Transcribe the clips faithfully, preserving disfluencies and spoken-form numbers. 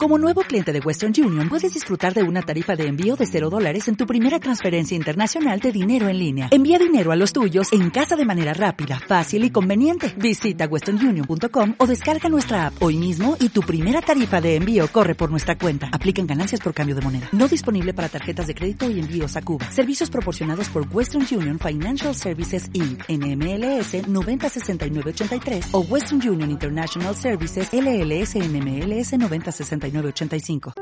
Como nuevo cliente de Western Union, puedes disfrutar de una tarifa de envío de cero dólares en tu primera transferencia internacional de dinero en línea. Envía dinero a los tuyos en casa de manera rápida, fácil y conveniente. Visita western union punto com o descarga nuestra app hoy mismo y tu primera tarifa de envío corre por nuestra cuenta. Aplican ganancias por cambio de moneda. No disponible para tarjetas de crédito y envíos a Cuba. Servicios proporcionados por Western Union Financial Services incorporated. N M L S noventa sesenta y nueve ochenta y tres o Western Union International Services L L S N M L S noventa sesenta y nueve ochenta y cinco.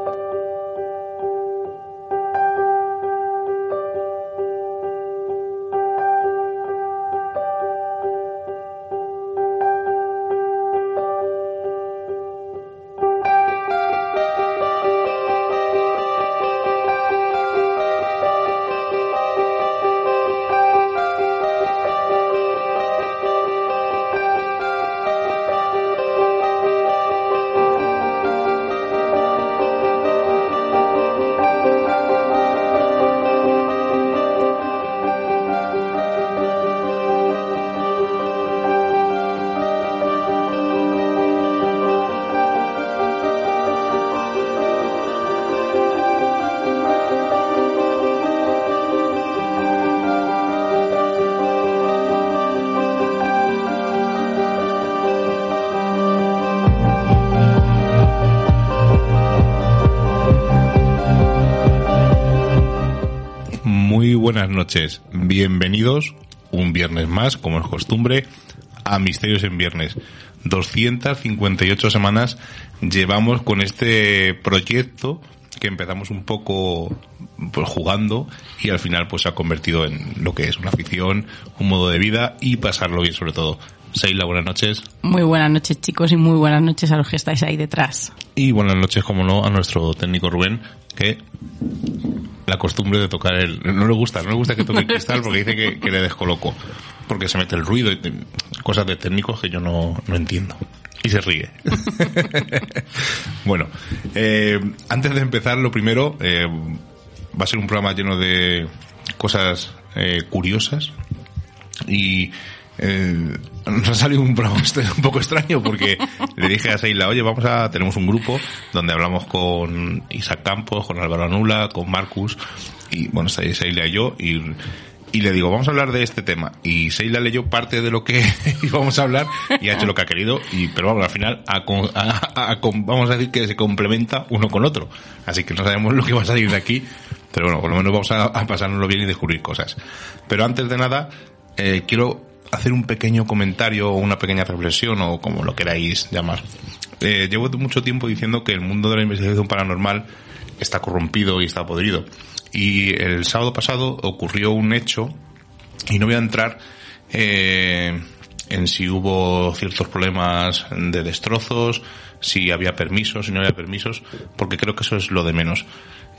Buenas noches, bienvenidos un viernes más, como es costumbre, a Misterios en Viernes. doscientas cincuenta y ocho semanas llevamos con este proyecto que empezamos un poco pues jugando y al final pues se ha convertido en lo que es una afición, un modo de vida y pasarlo bien sobre todo. Seila, buenas noches. Muy buenas noches, chicos, y muy buenas noches a los que estáis ahí detrás. Y buenas noches, como no, a nuestro técnico Rubén, que la costumbre de tocar el... No le gusta, no le gusta que toque el cristal porque dice que, que le descoloco. Porque se mete el ruido y te... cosas de técnicos que yo no, no entiendo. Y se ríe. Bueno, eh, antes de empezar, lo primero, eh, va a ser un programa lleno de cosas eh, curiosas. Y... Eh, nos ha salido un programa un poco extraño porque le dije a Seila, oye, vamos a, tenemos un grupo donde hablamos con Isaac Campos, con Álvaro Anula, con Marcus, y bueno, está ahí Seila y yo, y, y le digo, vamos a hablar de este tema, y Seila leyó parte de lo que íbamos a hablar y ha hecho lo que ha querido, y pero vamos, al final a, a, a, vamos a decir que se complementa uno con otro, así que no sabemos lo que va a salir de aquí, pero bueno, por lo menos vamos a, a pasárnoslo bien y descubrir cosas. Pero antes de nada, eh, quiero hacer un pequeño comentario o una pequeña reflexión o como lo queráis llamar. Eh, llevo mucho tiempo diciendo que el mundo de la investigación paranormal está corrompido y está podrido. Y el sábado pasado ocurrió un hecho, y no voy a entrar eh, en si hubo ciertos problemas de destrozos, si había permisos, si no había permisos, porque creo que eso es lo de menos.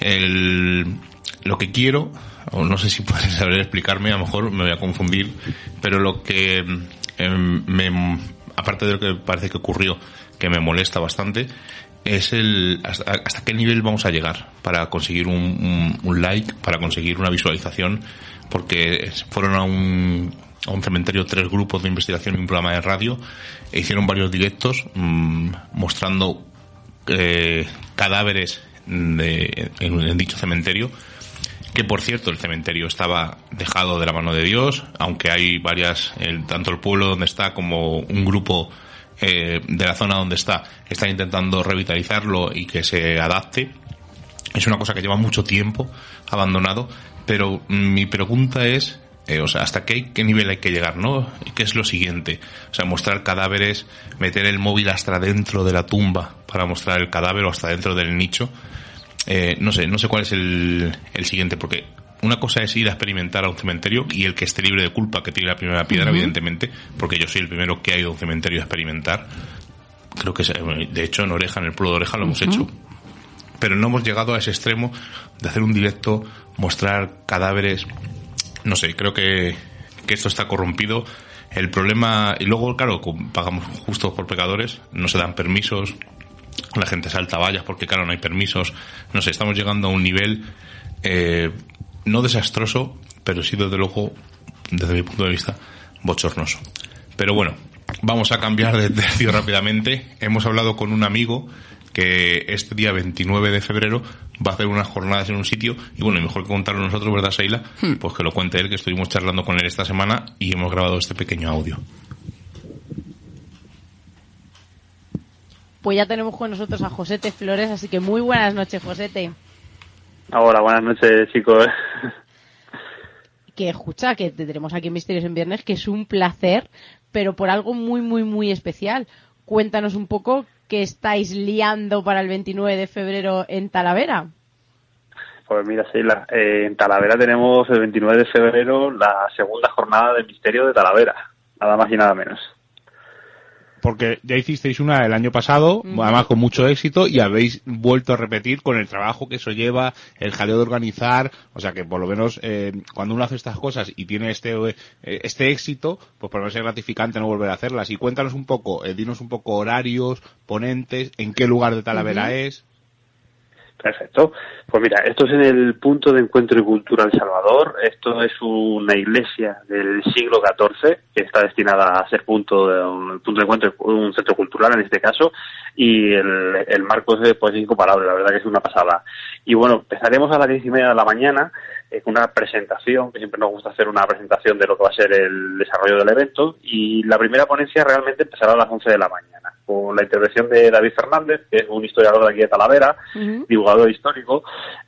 El, lo que quiero, o no sé si puedes saber explicarme, a lo mejor me voy a confundir, pero lo que eh, me, aparte de lo que parece que ocurrió, que me molesta bastante, es el hasta, hasta qué nivel vamos a llegar para conseguir un, un, un like, para conseguir una visualización, porque fueron a un, a un cementerio tres grupos de investigación y un programa de radio, e hicieron varios directos mmm, mostrando eh, cadáveres de, en, en dicho cementerio, que por cierto el cementerio estaba dejado de la mano de Dios, aunque hay varias, el, tanto el pueblo donde está como un grupo eh, de la zona donde está están intentando revitalizarlo y que se adapte. Es una cosa que lleva mucho tiempo abandonado, pero mi pregunta es, eh, o sea, ¿hasta qué, qué nivel hay que llegar, no? ¿Qué es lo siguiente? O sea, mostrar cadáveres, meter el móvil hasta dentro de la tumba para mostrar el cadáver o hasta dentro del nicho. Eh, no sé, no sé cuál es el, el siguiente, porque una cosa es ir a experimentar a un cementerio y el que esté libre de culpa, que tire la primera piedra, uh-huh. evidentemente, porque yo soy el primero que ha ido a un cementerio a experimentar. Creo que, de hecho, en Oreja, en el pueblo de Oreja, lo uh-huh. hemos hecho. Pero no hemos llegado a ese extremo de hacer un directo, mostrar cadáveres. No sé, creo que, que esto está corrompido. El problema, y luego, claro, pagamos justos por pecadores, no se dan permisos, la gente salta vallas porque, claro, no hay permisos. No sé, estamos llegando a un nivel eh, no desastroso, pero sí, desde luego, desde mi punto de vista, bochornoso. Pero bueno, vamos a cambiar de tercio rápidamente. Hemos hablado con un amigo que este día veintinueve de febrero va a hacer unas jornadas en un sitio, y bueno, y mejor que contarlo nosotros, ¿verdad, Sheila? Hmm. Pues que lo cuente él, que estuvimos charlando con él esta semana y hemos grabado este pequeño audio. Pues ya tenemos con nosotros a Josete Flores, así que muy buenas noches, Josete. Hola, buenas noches, chicos. Que escucha, que te tenemos aquí en Misterios en Viernes, que es un placer, pero por algo muy, muy, muy especial. Cuéntanos un poco qué estáis liando para el veintinueve de febrero en Talavera. Pues mira, Sheila, eh, en Talavera tenemos el veintinueve de febrero la segunda jornada del Misterio de Talavera, nada más y nada menos. Porque ya hicisteis una el año pasado, uh-huh. además con mucho éxito, y habéis vuelto a repetir con el trabajo que eso lleva, el jaleo de organizar, o sea que por lo menos eh, cuando uno hace estas cosas y tiene este eh, este éxito, pues por lo menos es gratificante no volver a hacerlas. Y cuéntanos un poco, eh, dinos un poco horarios, ponentes, en qué lugar de Talavera uh-huh. es. Perfecto. Pues mira, esto es en el Punto de Encuentro y Cultura El Salvador. Esto es una iglesia del siglo catorce que está destinada a ser punto de un punto de encuentro, un centro cultural en este caso, y el, el marco es pues incomparable, la verdad que es una pasada. Y bueno, empezaremos a las diez y media de la mañana eh, con una presentación, que siempre nos gusta hacer una presentación de lo que va a ser el desarrollo del evento, y la primera ponencia realmente empezará a las once de la mañana, con la intervención de David Fernández, que es un historiador de aquí de Talavera, uh-huh. divulgador histórico,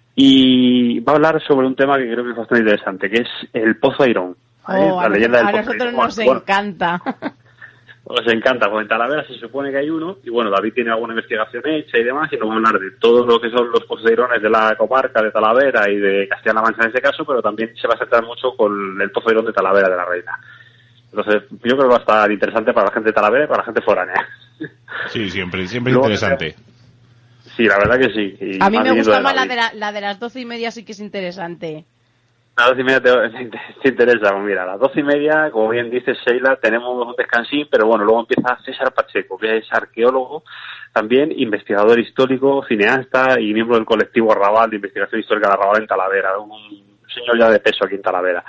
y va a hablar sobre un tema que creo que es bastante interesante, que es el Pozo Airón. Oh, la leyenda del a nosotros Pozo nos bueno, encanta. Nos encanta, porque en Talavera se supone que hay uno, y bueno, David tiene alguna investigación hecha y demás, y nos va a hablar de todo lo que son los pozos de Airones de la comarca de Talavera y de Castilla-La Mancha en este caso, pero también se va a centrar mucho con el Pozo de Airón de Talavera de la Reina. Entonces, yo creo que va a estar interesante para la gente de Talavera y para la gente foránea. Sí, siempre, siempre Luego, interesante. Sí, la verdad que sí. Y a mí me gusta más la de, la, la de las doce y media, sí que es interesante. A las doce y media te, te, te interesa. Pues mira, a las doce y media, como bien dice Sheila, tenemos un descansín, pero bueno, luego empieza César Pacheco, que es arqueólogo, también investigador histórico, cineasta y miembro del colectivo Arrabal de Investigación Histórica de Arrabal en Talavera, un señor ya de peso aquí en Talavera.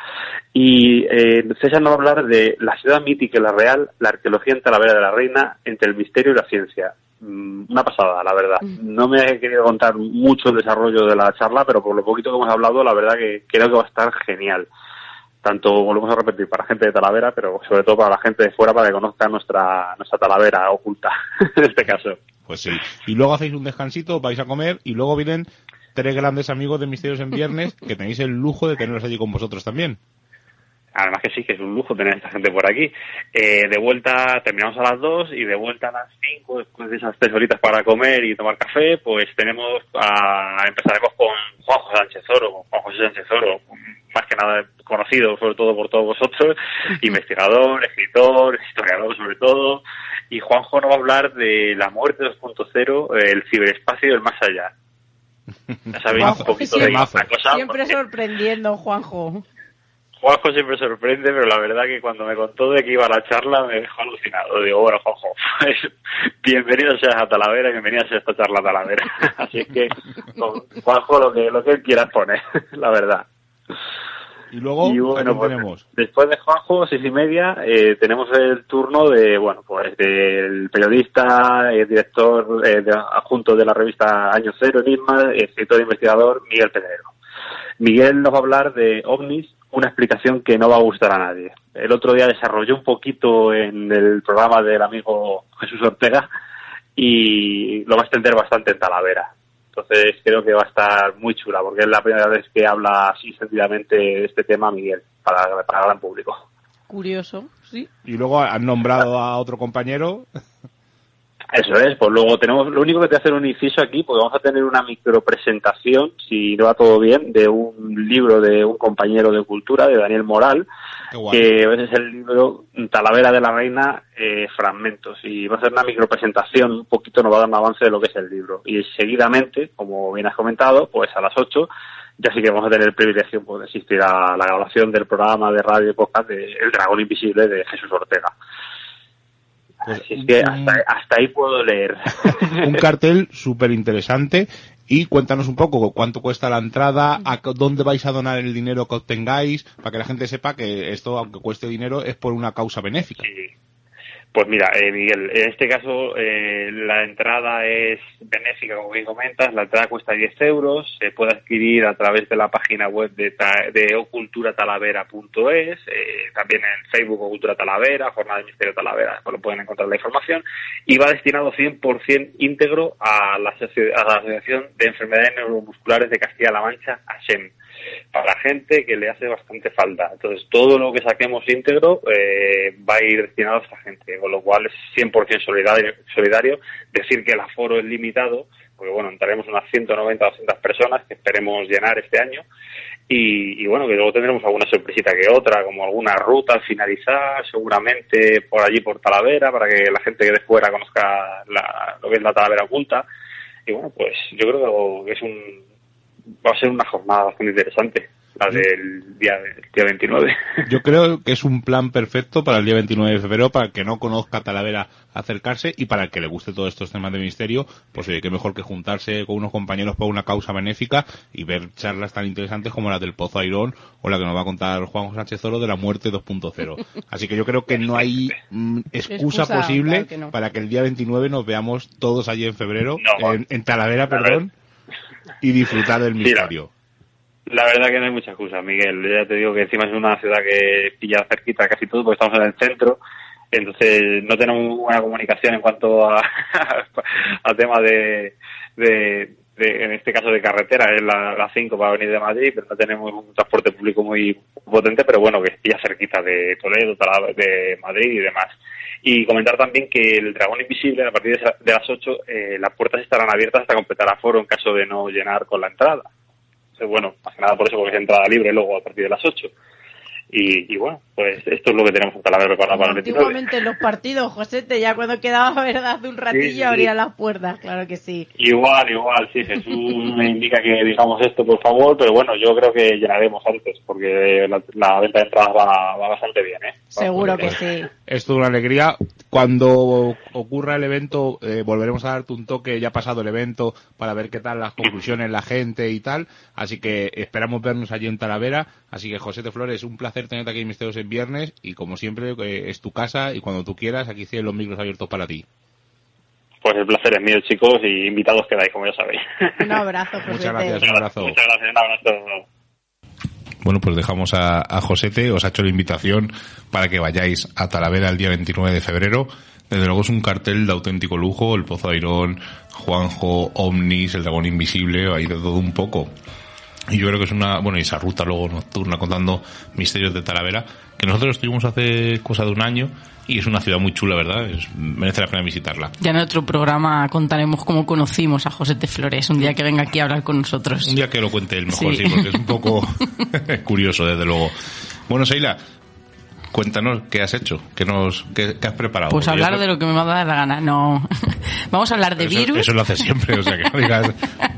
Y eh, César nos va a hablar de la ciudad mítica y la real, la arqueología en Talavera de la Reina, entre el misterio y la ciencia. Una pasada, la verdad. No me he querido contar mucho el desarrollo de la charla, pero por lo poquito que hemos hablado, la verdad que creo que va a estar genial. Tanto, volvemos a repetir, para la gente de Talavera, pero sobre todo para la gente de fuera, para que conozca nuestra nuestra Talavera oculta, en este caso. Pues sí. Y luego hacéis un descansito, vais a comer, y luego vienen tres grandes amigos de Misterios en Viernes, que tenéis el lujo de tenerlos allí con vosotros también. Además que sí, que es un lujo tener a esta gente por aquí. Eh, de vuelta, terminamos a las dos y de vuelta a las cinco, después de esas tres horitas para comer y tomar café, pues tenemos a, empezaremos con Juanjo Sánchez Oro, con Juan José Sánchez Oro, más que nada conocido sobre todo por todos vosotros, investigador, escritor, historiador sobre todo, y Juanjo nos va a hablar de la muerte dos punto cero, el ciberespacio y el más allá. Ya sabéis Juanjo, un poquito siempre, de esta cosa. Siempre porque... sorprendiendo, Juanjo. Juanjo siempre sorprende, pero la verdad que cuando me contó de que iba a la charla me dejó alucinado. Digo, bueno, Juanjo, pues, bienvenido seas a Talavera y bienvenido a esta charla a Talavera. Así que, con Juanjo, lo que lo que él quiera poner, la verdad. Y luego, y bueno, pues, tenemos? Después de Juanjo, seis y media, eh, tenemos el turno de, bueno, pues del periodista, el director eh, de, adjunto de la revista Año Cero, Enigma, escritor e investigador, Miguel Pedrero. Miguel nos va a hablar de ovnis, una explicación que no va a gustar a nadie. El otro día desarrolló un poquito en el programa del amigo Jesús Ortega y lo va a extender bastante en Talavera. Entonces creo que va a estar muy chula, porque es la primera vez que habla así sentidamente de este tema Miguel, para, para el gran público. Curioso, sí. Y luego han nombrado a otro compañero. Eso es, pues luego tenemos, lo único que te hace un inciso aquí, porque vamos a tener una micropresentación, si no va todo bien, de un libro de un compañero de cultura, de Daniel Moral, que es el libro Talavera de la Reina, eh, Fragmentos, y va a ser una micropresentación, un poquito nos va a dar un avance de lo que es el libro, y seguidamente, como bien has comentado, pues a las ocho, ya sí que vamos a tener el privilegio pues, de asistir a la grabación del programa de radio y podcast de El Dragón Invisible de Jesús Ortega. Pues Así es que hasta, hasta ahí puedo leer. Un cartel súper interesante. Y cuéntanos un poco cuánto cuesta la entrada, a dónde vais a donar el dinero que obtengáis, para que la gente sepa que esto, aunque cueste dinero, es por una causa benéfica. Sí. Pues mira, eh, Miguel, en este caso eh, la entrada es benéfica, como bien comentas, la entrada cuesta diez euros, se puede adquirir a través de la página web de, de ocultura talavera punto es, eh, también en Facebook Ocultura Talavera, Jornada del Misterio Talavera, pues lo pueden encontrar la información, y va destinado cien por ciento íntegro a la, a la Asociación de Enfermedades Neuromusculares de Castilla-La Mancha, ASEM, para gente que le hace bastante falta. Entonces, todo lo que saquemos íntegro eh, va a ir destinado a esta gente, con lo cual es cien por ciento solidario, solidario. Decir que el aforo es limitado, porque bueno, entraremos unas ciento noventa a doscientas personas que esperemos llenar este año, y, y bueno, que luego tendremos alguna sorpresita que otra, como alguna ruta al finalizar, seguramente por allí por Talavera, para que la gente que de fuera conozca la, lo que es la Talavera oculta. Y bueno, pues yo creo que es un va a ser una jornada bastante interesante, la del día, el día veintinueve. Yo creo que es un plan perfecto para el día veintinueve de febrero, para el que no conozca Talavera acercarse, y para el que le guste todos estos temas de misterio, pues oye, qué mejor que juntarse con unos compañeros por una causa benéfica y ver charlas tan interesantes como la del Pozo Airón o la que nos va a contar Juan Sánchez Oro de la muerte dos punto cero. Así que yo creo que no hay mm, excusa, excusa posible claro que no. para que el día veintinueve nos veamos todos allí en febrero, no, en, en Talavera, perdón, y disfrutar del misterio. Sí, la, la verdad que no hay mucha excusa, Miguel. Ya te digo que encima es una ciudad que pilla cerquita casi todo, porque estamos en el centro, entonces no tenemos muy buena comunicación en cuanto a, a tema de, de, de, en este caso de carretera, es la, la cinco para venir de Madrid, pero no tenemos un transporte público muy potente, pero bueno, que pilla cerquita de Toledo, de Madrid y demás. Y comentar también que el Dragón Invisible, a partir de las ocho, eh, las puertas estarán abiertas hasta completar aforo en caso de no llenar con la entrada. Entonces, bueno, más que nada por eso, porque es entrada libre luego a partir de las ocho. Y, y bueno, pues esto es lo que tenemos en Talavera preparado para el veintinueve. Antiguamente en los partidos, Josete, ya cuando quedaba, ¿verdad?, un ratillo sí, sí, abría sí. las puertas, claro que sí. Igual, igual, sí, Jesús me indica que digamos esto, por favor, pero bueno, yo creo que llenaremos antes, porque la, la venta de entradas va, va bastante bien, ¿eh? Seguro que sí. Es toda una alegría. Cuando ocurra el evento, eh, volveremos a darte un toque, ya ha pasado el evento, para ver qué tal las conclusiones, la gente y tal. Así que esperamos vernos allí en Talavera. Así que, Josete Flores, un placer tenerte aquí en Misterios en Viernes. Y como siempre, eh, es tu casa, y cuando tú quieras, aquí tienen los micros abiertos para ti. Pues el placer es mío, chicos, y invitados quedáis, como ya sabéis. Un abrazo, Josete. Muchas gracias, un abrazo. Muchas gracias, un abrazo. Bueno, pues dejamos a, a Josete, os ha hecho la invitación para que vayáis a Talavera el día veintinueve de febrero. Desde luego es un cartel de auténtico lujo, el Pozo Airón, Juanjo, Omnis, el Dragón Invisible, hay de todo un poco. Y yo creo que es una, bueno, y esa ruta luego nocturna contando misterios de Talavera, que nosotros estuvimos hace cosa de un año, y es una ciudad muy chula, ¿verdad? Es, merece la pena visitarla. Ya en otro programa contaremos cómo conocimos a Josete Flores, un día que venga aquí a hablar con nosotros. Un día que lo cuente él mejor, sí, sí porque es un poco curioso, desde luego. Bueno, Seila, cuéntanos qué has hecho, qué nos, qué, qué has preparado. Pues hablar de lo que me va a dar la gana, no. Vamos a hablar de eso, virus. Eso lo hace siempre, o sea que no digas.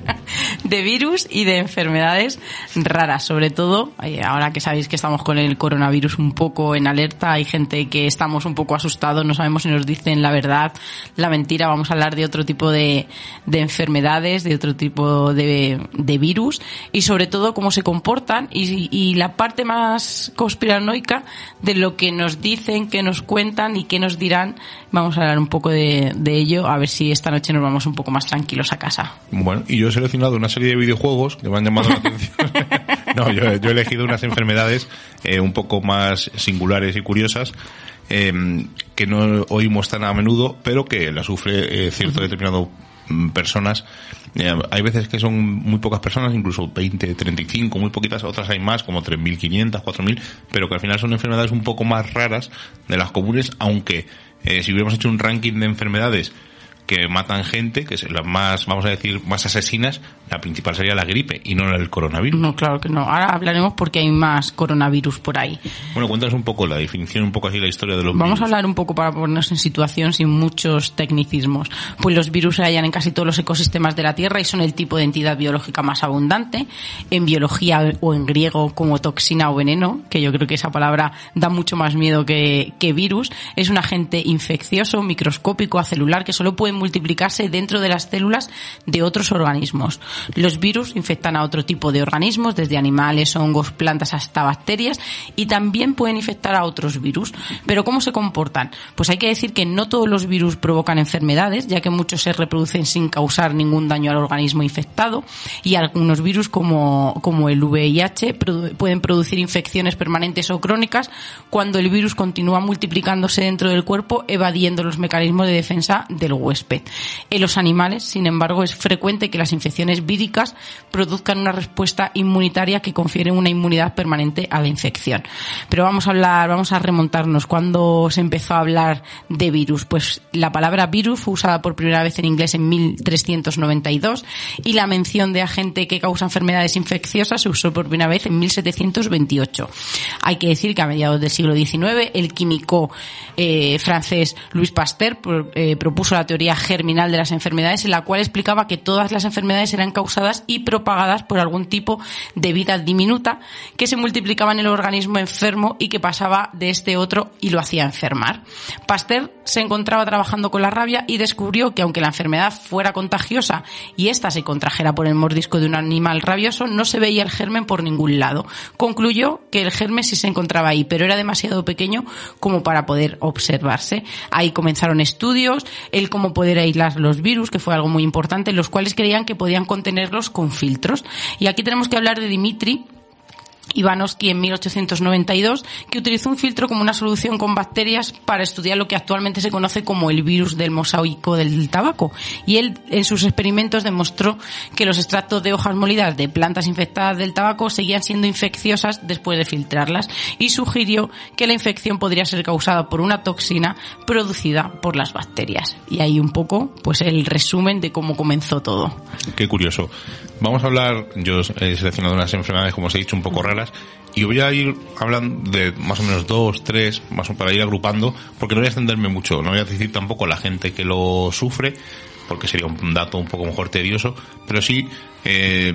De virus y de enfermedades raras, sobre todo ahora que sabéis que estamos con el coronavirus un poco en alerta, hay gente que estamos un poco asustados, no sabemos si nos dicen la verdad, la mentira. Vamos a hablar de otro tipo de, de enfermedades, de otro tipo de, de virus, y sobre todo cómo se comportan, y, y la parte más conspiranoica de lo que nos dicen, que nos cuentan y que nos dirán. Vamos a hablar un poco de, de ello, a ver si esta noche nos vamos un poco más tranquilos a casa. Bueno, y yo he seleccionado una serie de videojuegos que me han llamado la atención. No, yo, yo he elegido unas enfermedades eh, un poco más singulares y curiosas, eh, que no oímos tan a menudo, pero que la sufre eh, cierto determinado personas. Eh, hay veces que son muy pocas personas, incluso veinte, treinta y cinco, muy poquitas, otras hay más, como tres mil quinientas, cuatro mil, pero que al final son enfermedades un poco más raras de las comunes, aunque eh, si hubiéramos hecho un ranking de enfermedades que matan gente, que es las más, vamos a decir, más asesinas, la principal sería la gripe y no el coronavirus. No, claro que no. Ahora hablaremos porque hay más coronavirus por ahí. Bueno, cuéntanos un poco la definición, un poco así la historia de los Vamos virus. a hablar un poco para ponernos en situación sin muchos tecnicismos. Pues los virus se hallan en casi todos los ecosistemas de la Tierra y son el tipo de entidad biológica más abundante. En biología o en griego como toxina o veneno, que yo creo que esa palabra da mucho más miedo que, que virus, es un agente infeccioso, microscópico, acelular, que solo puede multiplicarse dentro de las células de otros organismos. Los virus infectan a otro tipo de organismos, desde animales, hongos, plantas hasta bacterias, y también pueden infectar a otros virus. Pero ¿cómo se comportan? Pues hay que decir que no todos los virus provocan enfermedades, ya que muchos se reproducen sin causar ningún daño al organismo infectado, y algunos virus como, como el V I H produ- pueden producir infecciones permanentes o crónicas cuando el virus continúa multiplicándose dentro del cuerpo, evadiendo los mecanismos de defensa del huésped. En los animales, sin embargo, es frecuente que las infecciones víricas produzcan una respuesta inmunitaria que confiere una inmunidad permanente a la infección. Pero vamos a hablar, vamos a remontarnos. ¿Cuándo se empezó a hablar de virus? Pues la palabra virus fue usada por primera vez en inglés en mil trescientos noventa y dos, y la mención de agente que causa enfermedades infecciosas se usó por primera vez en mil setecientos veintiocho. Hay que decir que a mediados del siglo diecinueve el químico eh, francés Louis Pasteur pro, eh, propuso la teoría germinal de las enfermedades, en la cual explicaba que todas las enfermedades eran causadas y propagadas por algún tipo de vida diminuta que se multiplicaba en el organismo enfermo y que pasaba de este otro y lo hacía enfermar. Pasteur se encontraba trabajando con la rabia y descubrió que aunque la enfermedad fuera contagiosa y ésta se contrajera por el mordisco de un animal rabioso, no se veía el germen por ningún lado. Concluyó que el germen sí se encontraba ahí, pero era demasiado pequeño como para poder observarse. Ahí comenzaron estudios, el cómo poder aislar los virus, que fue algo muy importante, los cuales creían que podían contenerlos con filtros. Y aquí tenemos que hablar de Dmitri Ivanovsky en mil ochocientos noventa y dos, que utilizó un filtro como una solución con bacterias para estudiar lo que actualmente se conoce como el virus del mosaico del tabaco. Y él, en sus experimentos, demostró que los extractos de hojas molidas de plantas infectadas del tabaco seguían siendo infecciosas después de filtrarlas, y sugirió que la infección podría ser causada por una toxina producida por las bacterias. Y ahí un poco, pues, el resumen de cómo comenzó todo. Qué curioso. Vamos a hablar, yo he seleccionado unas enfermedades, como os he dicho, un poco raras, y voy a ir hablando de más o menos dos, tres, más o menos para ir agrupando, porque no voy a extenderme mucho, no voy a decir tampoco a la gente que lo sufre, porque sería un dato un poco mejor tedioso, pero sí eh,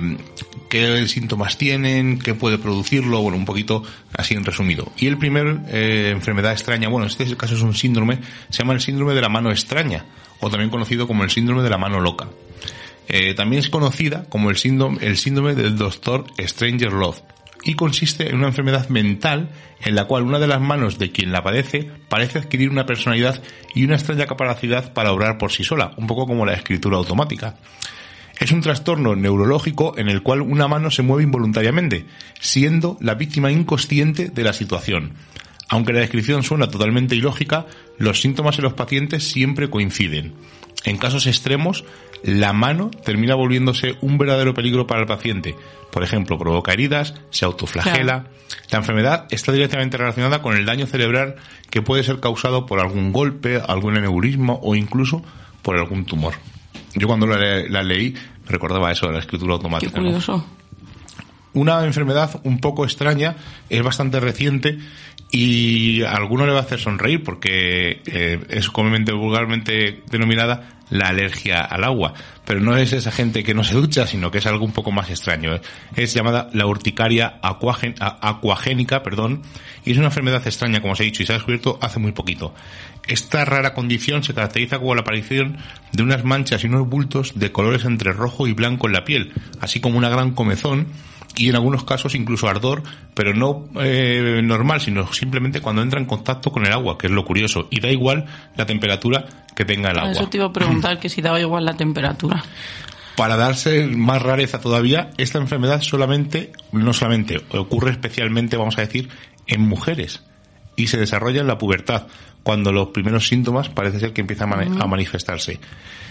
qué síntomas tienen, qué puede producirlo, bueno, un poquito así en resumido. Y el primer eh, enfermedad extraña, bueno, en este caso es un síndrome, se llama el síndrome de la mano extraña, o también conocido como el síndrome de la mano loca. Eh, también es conocida como el síndrome, el síndrome del doctor Strangelove, y consiste en una enfermedad mental en la cual una de las manos de quien la padece parece adquirir una personalidad y una extraña capacidad para obrar por sí sola, un poco como la escritura automática. Es un trastorno neurológico en el cual una mano se mueve involuntariamente, siendo la víctima inconsciente de la situación. Aunque la descripción suena totalmente ilógica, los síntomas en los pacientes siempre coinciden. En casos extremos, la mano termina volviéndose un verdadero peligro para el paciente. Por ejemplo, provoca heridas, se autoflagela. Claro. La enfermedad está directamente relacionada con el daño cerebral que puede ser causado por algún golpe, algún aneurisma o incluso por algún tumor. Yo cuando la, la leí me recordaba eso de la escritura automática. Qué curioso. ¿No? Una enfermedad un poco extraña, es bastante reciente y a alguno le va a hacer sonreír porque eh, es comúnmente, vulgarmente denominada la alergia al agua, pero no es esa gente que no se ducha, sino que es algo un poco más extraño. Es llamada la urticaria acuagen, acuagénica, perdón, y es una enfermedad extraña, como os he dicho, y se ha descubierto hace muy poquito. Esta rara condición se caracteriza por la aparición de unas manchas y unos bultos de colores entre rojo y blanco en la piel, así como una gran comezón, y en algunos casos incluso ardor, pero no eh, normal, sino simplemente cuando entra en contacto con el agua, que es lo curioso, y da igual la temperatura que tenga el agua. Eso te iba a preguntar, que si daba igual la temperatura. Para darse más rareza todavía, esta enfermedad solamente, no solamente, ocurre especialmente, vamos a decir, en mujeres, y se desarrolla en la pubertad, cuando los primeros síntomas parece ser que empiezan a, mani- a manifestarse.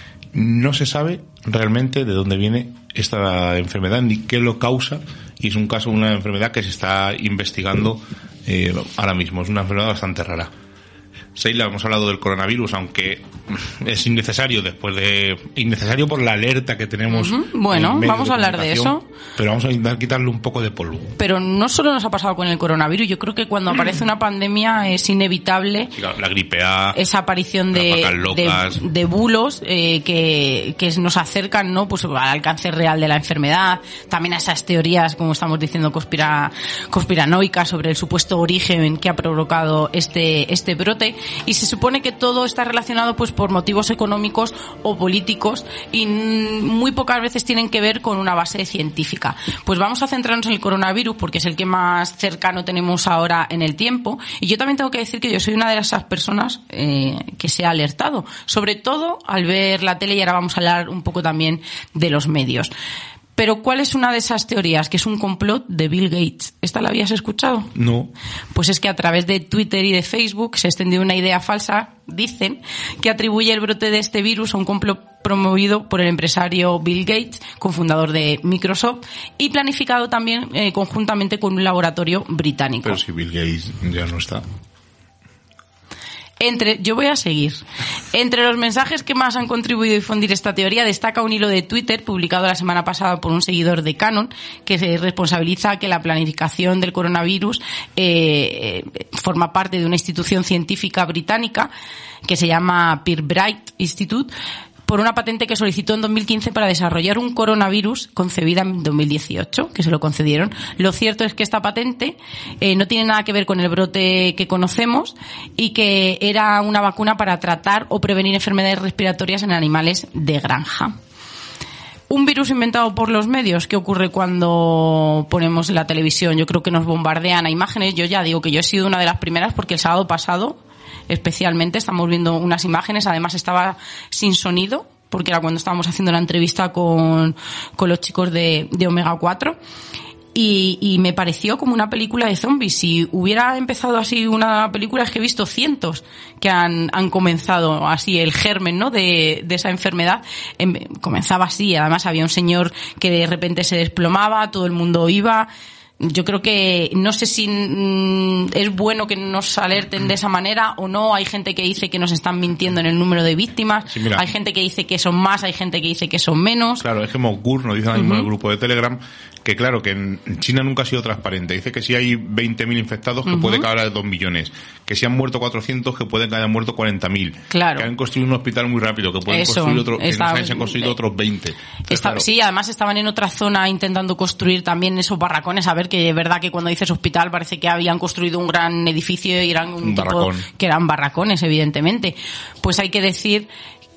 No se sabe realmente de dónde viene esta enfermedad ni qué lo causa, y es un caso, una enfermedad que se está investigando eh, ahora mismo. Es una enfermedad bastante rara. Seila, hemos hablado del coronavirus, aunque es innecesario después de innecesario por la alerta que tenemos. Uh-huh. Bueno, vamos a hablar de eso. Pero vamos a intentar quitarle un poco de polvo. Pero no solo nos ha pasado con el coronavirus. Yo creo que cuando aparece una pandemia es inevitable sí, la gripe A, esa aparición de, de, de bulos eh, que, que nos acercan, ¿no? Pues al alcance real de la enfermedad. También a esas teorías, como estamos diciendo, conspira, conspiranoicas sobre el supuesto origen que ha provocado este, este brote. y se supone que todo está relacionado pues por motivos económicos o políticos y muy pocas veces tienen que ver con una base científica. Pues vamos a centrarnos en el coronavirus porque es el que más cercano tenemos ahora en el tiempo, y yo también tengo que decir que yo soy una de esas personas eh, que se ha alertado, sobre todo al ver la tele, y ahora vamos a hablar un poco también de los medios. Pero ¿cuál es una de esas teorías? Que es un complot de Bill Gates. ¿Esta la habías escuchado? No. Pues es que a través de Twitter y de Facebook se ha extendido una idea falsa, dicen, que atribuye el brote de este virus a un complot promovido por el empresario Bill Gates, cofundador de Microsoft, y planificado también eh, conjuntamente con un laboratorio británico. Pero si Bill Gates ya no está. Entre, yo voy a seguir. Entre los mensajes que más han contribuido a difundir esta teoría destaca un hilo de Twitter publicado la semana pasada por un seguidor de Canon que se responsabiliza que la planificación del coronavirus eh, eh, forma parte de una institución científica británica que se llama Pirbright Institute, por una patente que solicitó en dos mil quince para desarrollar un coronavirus concebida en dos mil dieciocho, que se lo concedieron. Lo cierto es que esta patente eh, no tiene nada que ver con el brote que conocemos y que era una vacuna para tratar o prevenir enfermedades respiratorias en animales de granja. Un virus inventado por los medios. ¿Qué ocurre cuando ponemos la televisión? Yo creo que nos bombardean a imágenes. Yo ya digo que yo he sido una de las primeras porque el sábado pasado especialmente estamos viendo unas imágenes, además estaba sin sonido porque era cuando estábamos haciendo la entrevista con, con los chicos de, de Omega cuatro, y, y me pareció como una película de zombies. Si hubiera empezado así una película, es que he visto cientos que han, han comenzado así, el germen, ¿no?, de, de esa enfermedad em, comenzaba así. Además había un señor que de repente se desplomaba, todo el mundo iba. Yo creo que no sé si mm, es bueno que nos alerten de esa manera o no. Hay gente que dice que nos están mintiendo en el número de víctimas. Sí, hay gente que dice que son más, hay gente que dice que son menos. Claro, es que Mogur nos dice ahora mismo en el grupo de Telegram que claro, que en China nunca ha sido transparente. Dice que si hay veinte mil infectados, que uh-huh. puede caer a dos millones. Que si han muerto cuatrocientos, que pueden que hayan muerto cuarenta mil. Claro. Que han construido un hospital muy rápido, que pueden Eso, construir otro, que está, no se han construido eh, otros veinte. Entonces, está, claro. Sí, además estaban en otra zona intentando construir también esos barracones. A ver, que es verdad que cuando dices hospital parece que habían construido un gran edificio y eran un, un tipo barracón. Que eran barracones, evidentemente. Pues hay que decir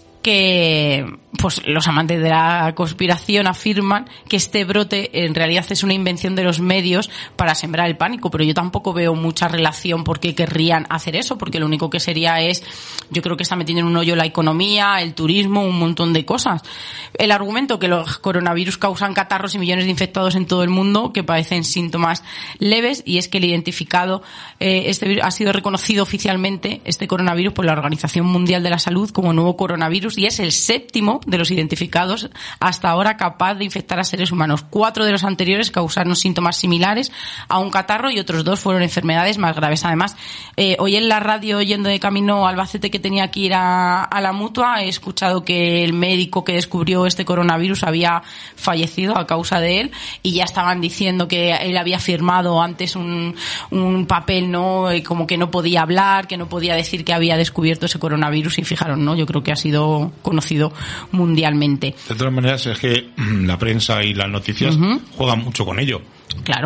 que pues los amantes de la conspiración afirman que este brote en realidad es una invención de los medios para sembrar el pánico, pero yo tampoco veo mucha relación por qué querrían hacer eso, porque lo único que sería es, yo creo que está metiendo en un hoyo la economía, el turismo, un montón de cosas. El argumento que los coronavirus causan catarros y millones de infectados en todo el mundo que padecen síntomas leves, y es que el identificado eh, este virus ha sido reconocido oficialmente, este coronavirus, por la Organización Mundial de la Salud como nuevo coronavirus, y es el séptimo de los identificados hasta ahora capaz de infectar a seres humanos. Cuatro de los anteriores causaron síntomas similares a un catarro y otros dos fueron enfermedades más graves. Además, eh, hoy en la radio, yendo de camino a Albacete, que tenía que ir a, a la Mutua, he escuchado que el médico que descubrió este coronavirus había fallecido a causa de él, y ya estaban diciendo que él había firmado antes un, un papel, ¿no?, como que no podía hablar, que no podía decir que había descubierto ese coronavirus, y fijaron, ¿no?, yo creo que ha sido conocido mundialmente. De todas maneras, es que la prensa y las noticias uh-huh. juegan mucho con ello. Claro.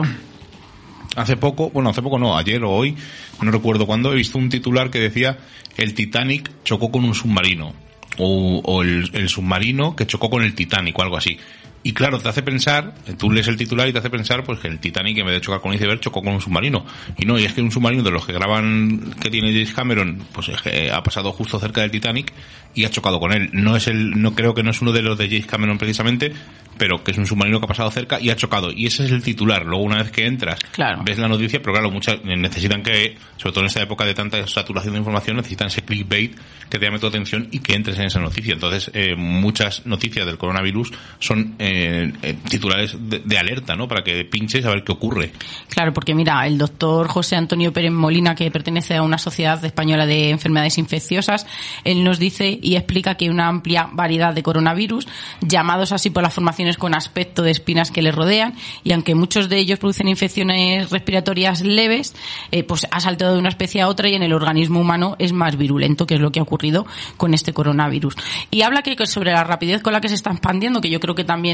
Hace poco, bueno, hace poco no, ayer o hoy, no recuerdo cuándo, he visto un titular que decía: el Titanic chocó con un submarino, o, o el, el submarino que chocó con el Titanic, o algo así. Y claro, te hace pensar, tú lees el titular y te hace pensar pues que el Titanic, en vez de chocar con un iceberg, chocó con un submarino. Y no, y es que un submarino de los que graban, que tiene James Cameron, pues es que ha pasado justo cerca del Titanic y ha chocado con él. No es el, no creo que no es uno de los de James Cameron precisamente, pero que es un submarino que ha pasado cerca y ha chocado. Y ese es el titular. Luego, una vez que entras, claro, ves la noticia, pero claro, muchas necesitan que, sobre todo en esta época de tanta saturación de información, necesitan ese clickbait que te llame tu atención y que entres en esa noticia. Entonces, eh, muchas noticias del coronavirus son eh, eh, titulares de, de alerta, ¿no?, para que pinches a ver qué ocurre. Claro, porque mira, el doctor José Antonio Pérez Molina, que pertenece a una sociedad española de enfermedades infecciosas, él nos dice y explica que hay una amplia variedad de coronavirus, llamados así por las formaciones con aspecto de espinas que les rodean, y aunque muchos de ellos producen infecciones respiratorias leves, eh, pues ha saltado de una especie a otra y en el organismo humano es más virulento, que es lo que ha ocurrido con este coronavirus. Y habla que sobre la rapidez con la que se está expandiendo, que yo creo que también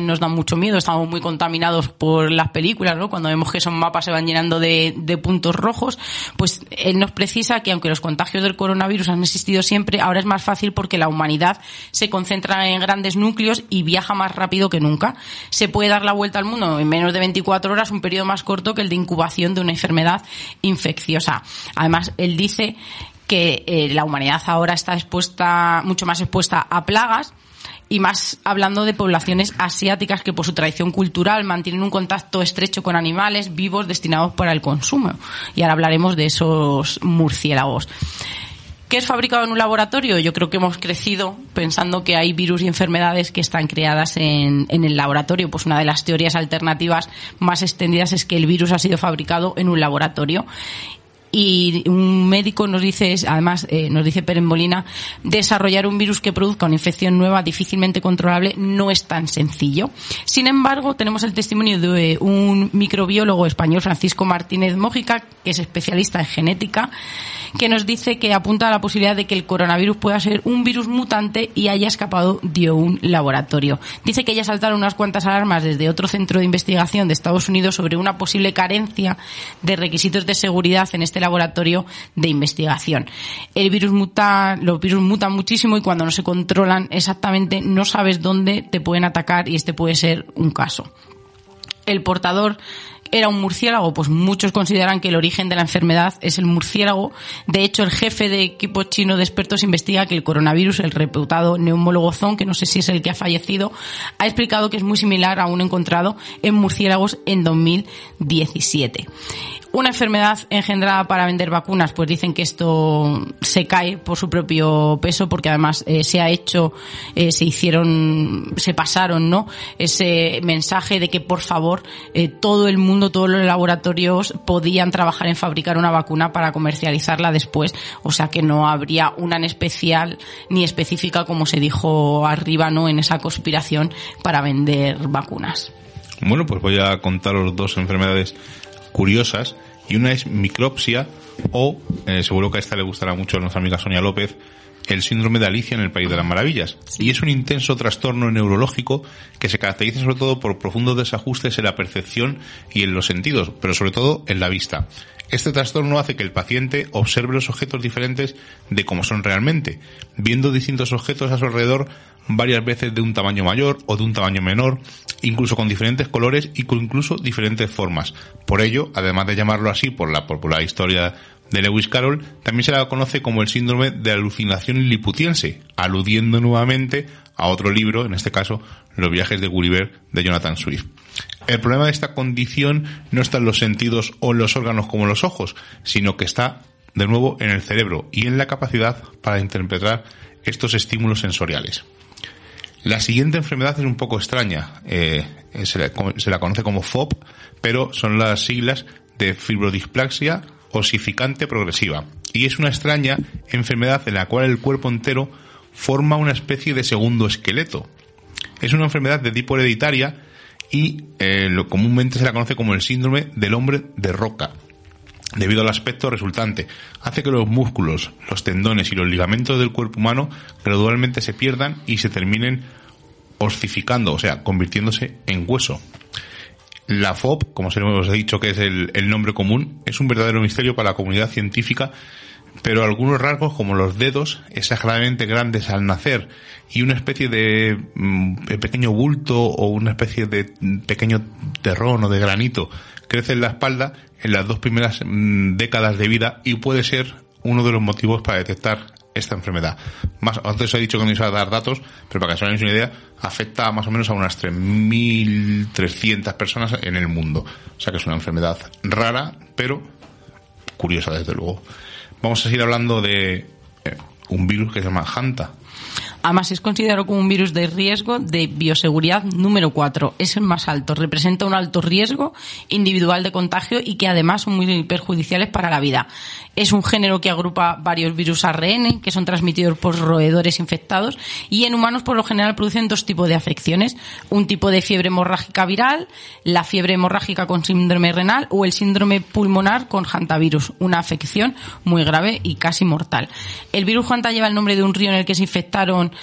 nos dan mucho miedo, estamos muy contaminados por las películas, ¿no? Cuando vemos que esos mapas se van llenando de, de puntos rojos, pues él nos precisa que aunque los contagios del coronavirus han existido siempre, ahora es más fácil porque la humanidad se concentra en grandes núcleos y viaja más rápido que nunca. Se puede dar la vuelta al mundo en menos de veinticuatro horas, un periodo más corto que el de incubación de una enfermedad infecciosa. Además, él dice que eh, la humanidad ahora está expuesta, mucho más expuesta a plagas, y más hablando de poblaciones asiáticas que por su tradición cultural mantienen un contacto estrecho con animales vivos destinados para el consumo. Y ahora hablaremos de esos murciélagos. ¿Qué es fabricado en un laboratorio? Yo creo que hemos crecido pensando que hay virus y enfermedades que están creadas en, en el laboratorio. Pues una de las teorías alternativas más extendidas es que el virus ha sido fabricado en un laboratorio. Y un médico nos dice, además, eh, nos dice Pérez Molina, desarrollar un virus que produzca una infección nueva difícilmente controlable no es tan sencillo. Sin embargo, tenemos el testimonio de un microbiólogo español, Francisco Martínez Mójica, que es especialista en genética, que nos dice que apunta a la posibilidad de que el coronavirus pueda ser un virus mutante y haya escapado de un laboratorio. Dice que ya saltaron unas cuantas alarmas desde otro centro de investigación de Estados Unidos sobre una posible carencia de requisitos de seguridad en este laboratorio de investigación. El virus muta, los virus mutan muchísimo y cuando no se controlan exactamente no sabes dónde te pueden atacar y este puede ser un caso. El portador ¿era un murciélago? Pues muchos consideran que el origen de la enfermedad es el murciélago. De hecho, el jefe de equipo chino de expertos investiga que el coronavirus, el reputado neumólogo Zhong, que no sé si es el que ha fallecido, ha explicado que es muy similar a uno encontrado en murciélagos en dos mil diecisiete. Una enfermedad engendrada para vender vacunas, pues dicen que esto se cae por su propio peso, porque además eh, se ha hecho, eh, se hicieron, se pasaron, ¿no? Ese mensaje de que por favor eh, todo el mundo, todos los laboratorios podían trabajar en fabricar una vacuna para comercializarla después, o sea que no habría una en especial ni específica como se dijo arriba, ¿no? En esa conspiración para vender vacunas. Bueno, pues voy a contaros dos enfermedades curiosas, y una es micropsia o, eh, seguro que a esta le gustará mucho a nuestra amiga Sonia López, el síndrome de Alicia en el País de las Maravillas. Sí. Y es un intenso trastorno neurológico que se caracteriza sobre todo por profundos desajustes en la percepción y en los sentidos, pero sobre todo en la vista. Este trastorno hace que el paciente observe los objetos diferentes de cómo son realmente, viendo distintos objetos a su alrededor varias veces de un tamaño mayor o de un tamaño menor, incluso con diferentes colores y con incluso diferentes formas. Por ello, además de llamarlo así por la popular historia de Lewis Carroll, también se la conoce como el síndrome de alucinación liliputiense, aludiendo nuevamente a otro libro, en este caso, Los viajes de Gulliver, de Jonathan Swift. El problema de esta condición no está en los sentidos o en los órganos como los ojos, sino que está, de nuevo, en el cerebro y en la capacidad para interpretar estos estímulos sensoriales. La siguiente enfermedad es un poco extraña, eh, se, la, se la conoce como F O P, pero son las siglas de fibrodisplasia osificante progresiva, y es una extraña enfermedad en la cual el cuerpo entero forma una especie de segundo esqueleto. Es una enfermedad de tipo hereditaria y eh, lo, comúnmente se la conoce como el síndrome del hombre de roca. Debido al aspecto resultante, hace que los músculos, los tendones y los ligamentos del cuerpo humano gradualmente se pierdan y se terminen ossificando, o sea, convirtiéndose en hueso. La F O P, como se os he dicho que es el, el nombre común, es un verdadero misterio para la comunidad científica, pero algunos rasgos como los dedos, exageradamente grandes al nacer, y una especie de mm, pequeño bulto o una especie de pequeño terrón o de granito crece en la espalda en las dos primeras mmm, décadas de vida y puede ser uno de los motivos para detectar esta enfermedad. Más, antes os he dicho que no iba a dar datos, pero para que os hagáis una idea, afecta más o menos a unas tres mil trescientas personas en el mundo. O sea que es una enfermedad rara, pero curiosa desde luego. Vamos a seguir hablando de eh, un virus que se llama Hanta. Además, es considerado como un virus de riesgo de bioseguridad número cuatro. Es el más alto. Representa un alto riesgo individual de contagio y que además son muy perjudiciales para la vida. Es un género que agrupa varios virus A R N que son transmitidos por roedores infectados y en humanos por lo general producen dos tipos de afecciones. Un tipo de fiebre hemorrágica viral, la fiebre hemorrágica con síndrome renal o el síndrome pulmonar con hantavirus, una afección muy grave y casi mortal. El virus Hanta lleva el nombre de un río en el que se infectaron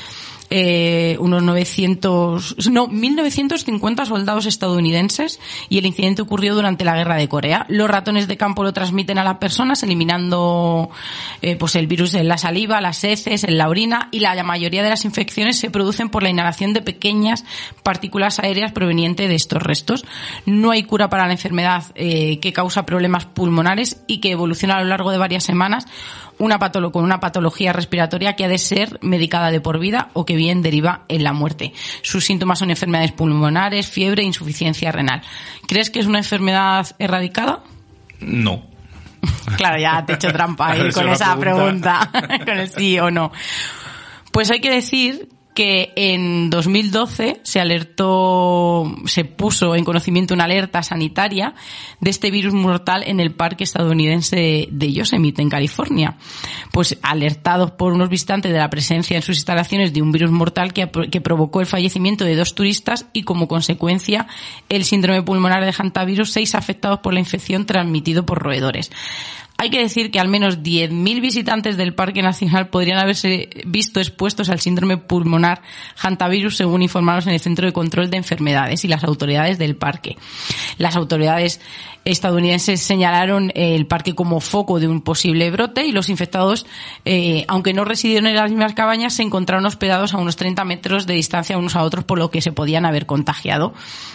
eh, unos novecientos, no, mil novecientos cincuenta soldados estadounidenses, y el incidente ocurrió durante la Guerra de Corea. Los ratones de campo lo transmiten a las personas eliminando eh, pues el virus en la saliva, las heces, en la orina, y la mayoría de las infecciones se producen por la inhalación de pequeñas partículas aéreas provenientes de estos restos. No hay cura para la enfermedad eh, que causa problemas pulmonares y que evoluciona a lo largo de varias semanas una patolo- con una patología respiratoria que ha de ser medicada de por vida o que bien deriva en la muerte. Sus síntomas son enfermedades pulmonares, fiebre e insuficiencia renal. ¿Crees que es una enfermedad erradicada? No. Claro, ya te he hecho trampa ahí con esa pregunta, con el sí o no. Pues hay que decir que en dos mil doce se alertó, se puso en conocimiento una alerta sanitaria de este virus mortal en el parque estadounidense de Yosemite, en California. Pues alertados por unos visitantes de la presencia en sus instalaciones de un virus mortal que, que provocó el fallecimiento de dos turistas y, como consecuencia, el síndrome pulmonar de hantavirus, seis afectados por la infección transmitido por roedores. Hay que decir que al menos diez mil visitantes del Parque Nacional podrían haberse visto expuestos al síndrome pulmonar hantavirus, según informaron en el Centro de Control de Enfermedades y las autoridades del parque. Las autoridades estadounidenses señalaron el parque como foco de un posible brote, y los infectados, eh, aunque no residieron en las mismas cabañas, se encontraron hospedados a unos treinta metros de distancia unos a otros, por lo que se podían haber contagiado.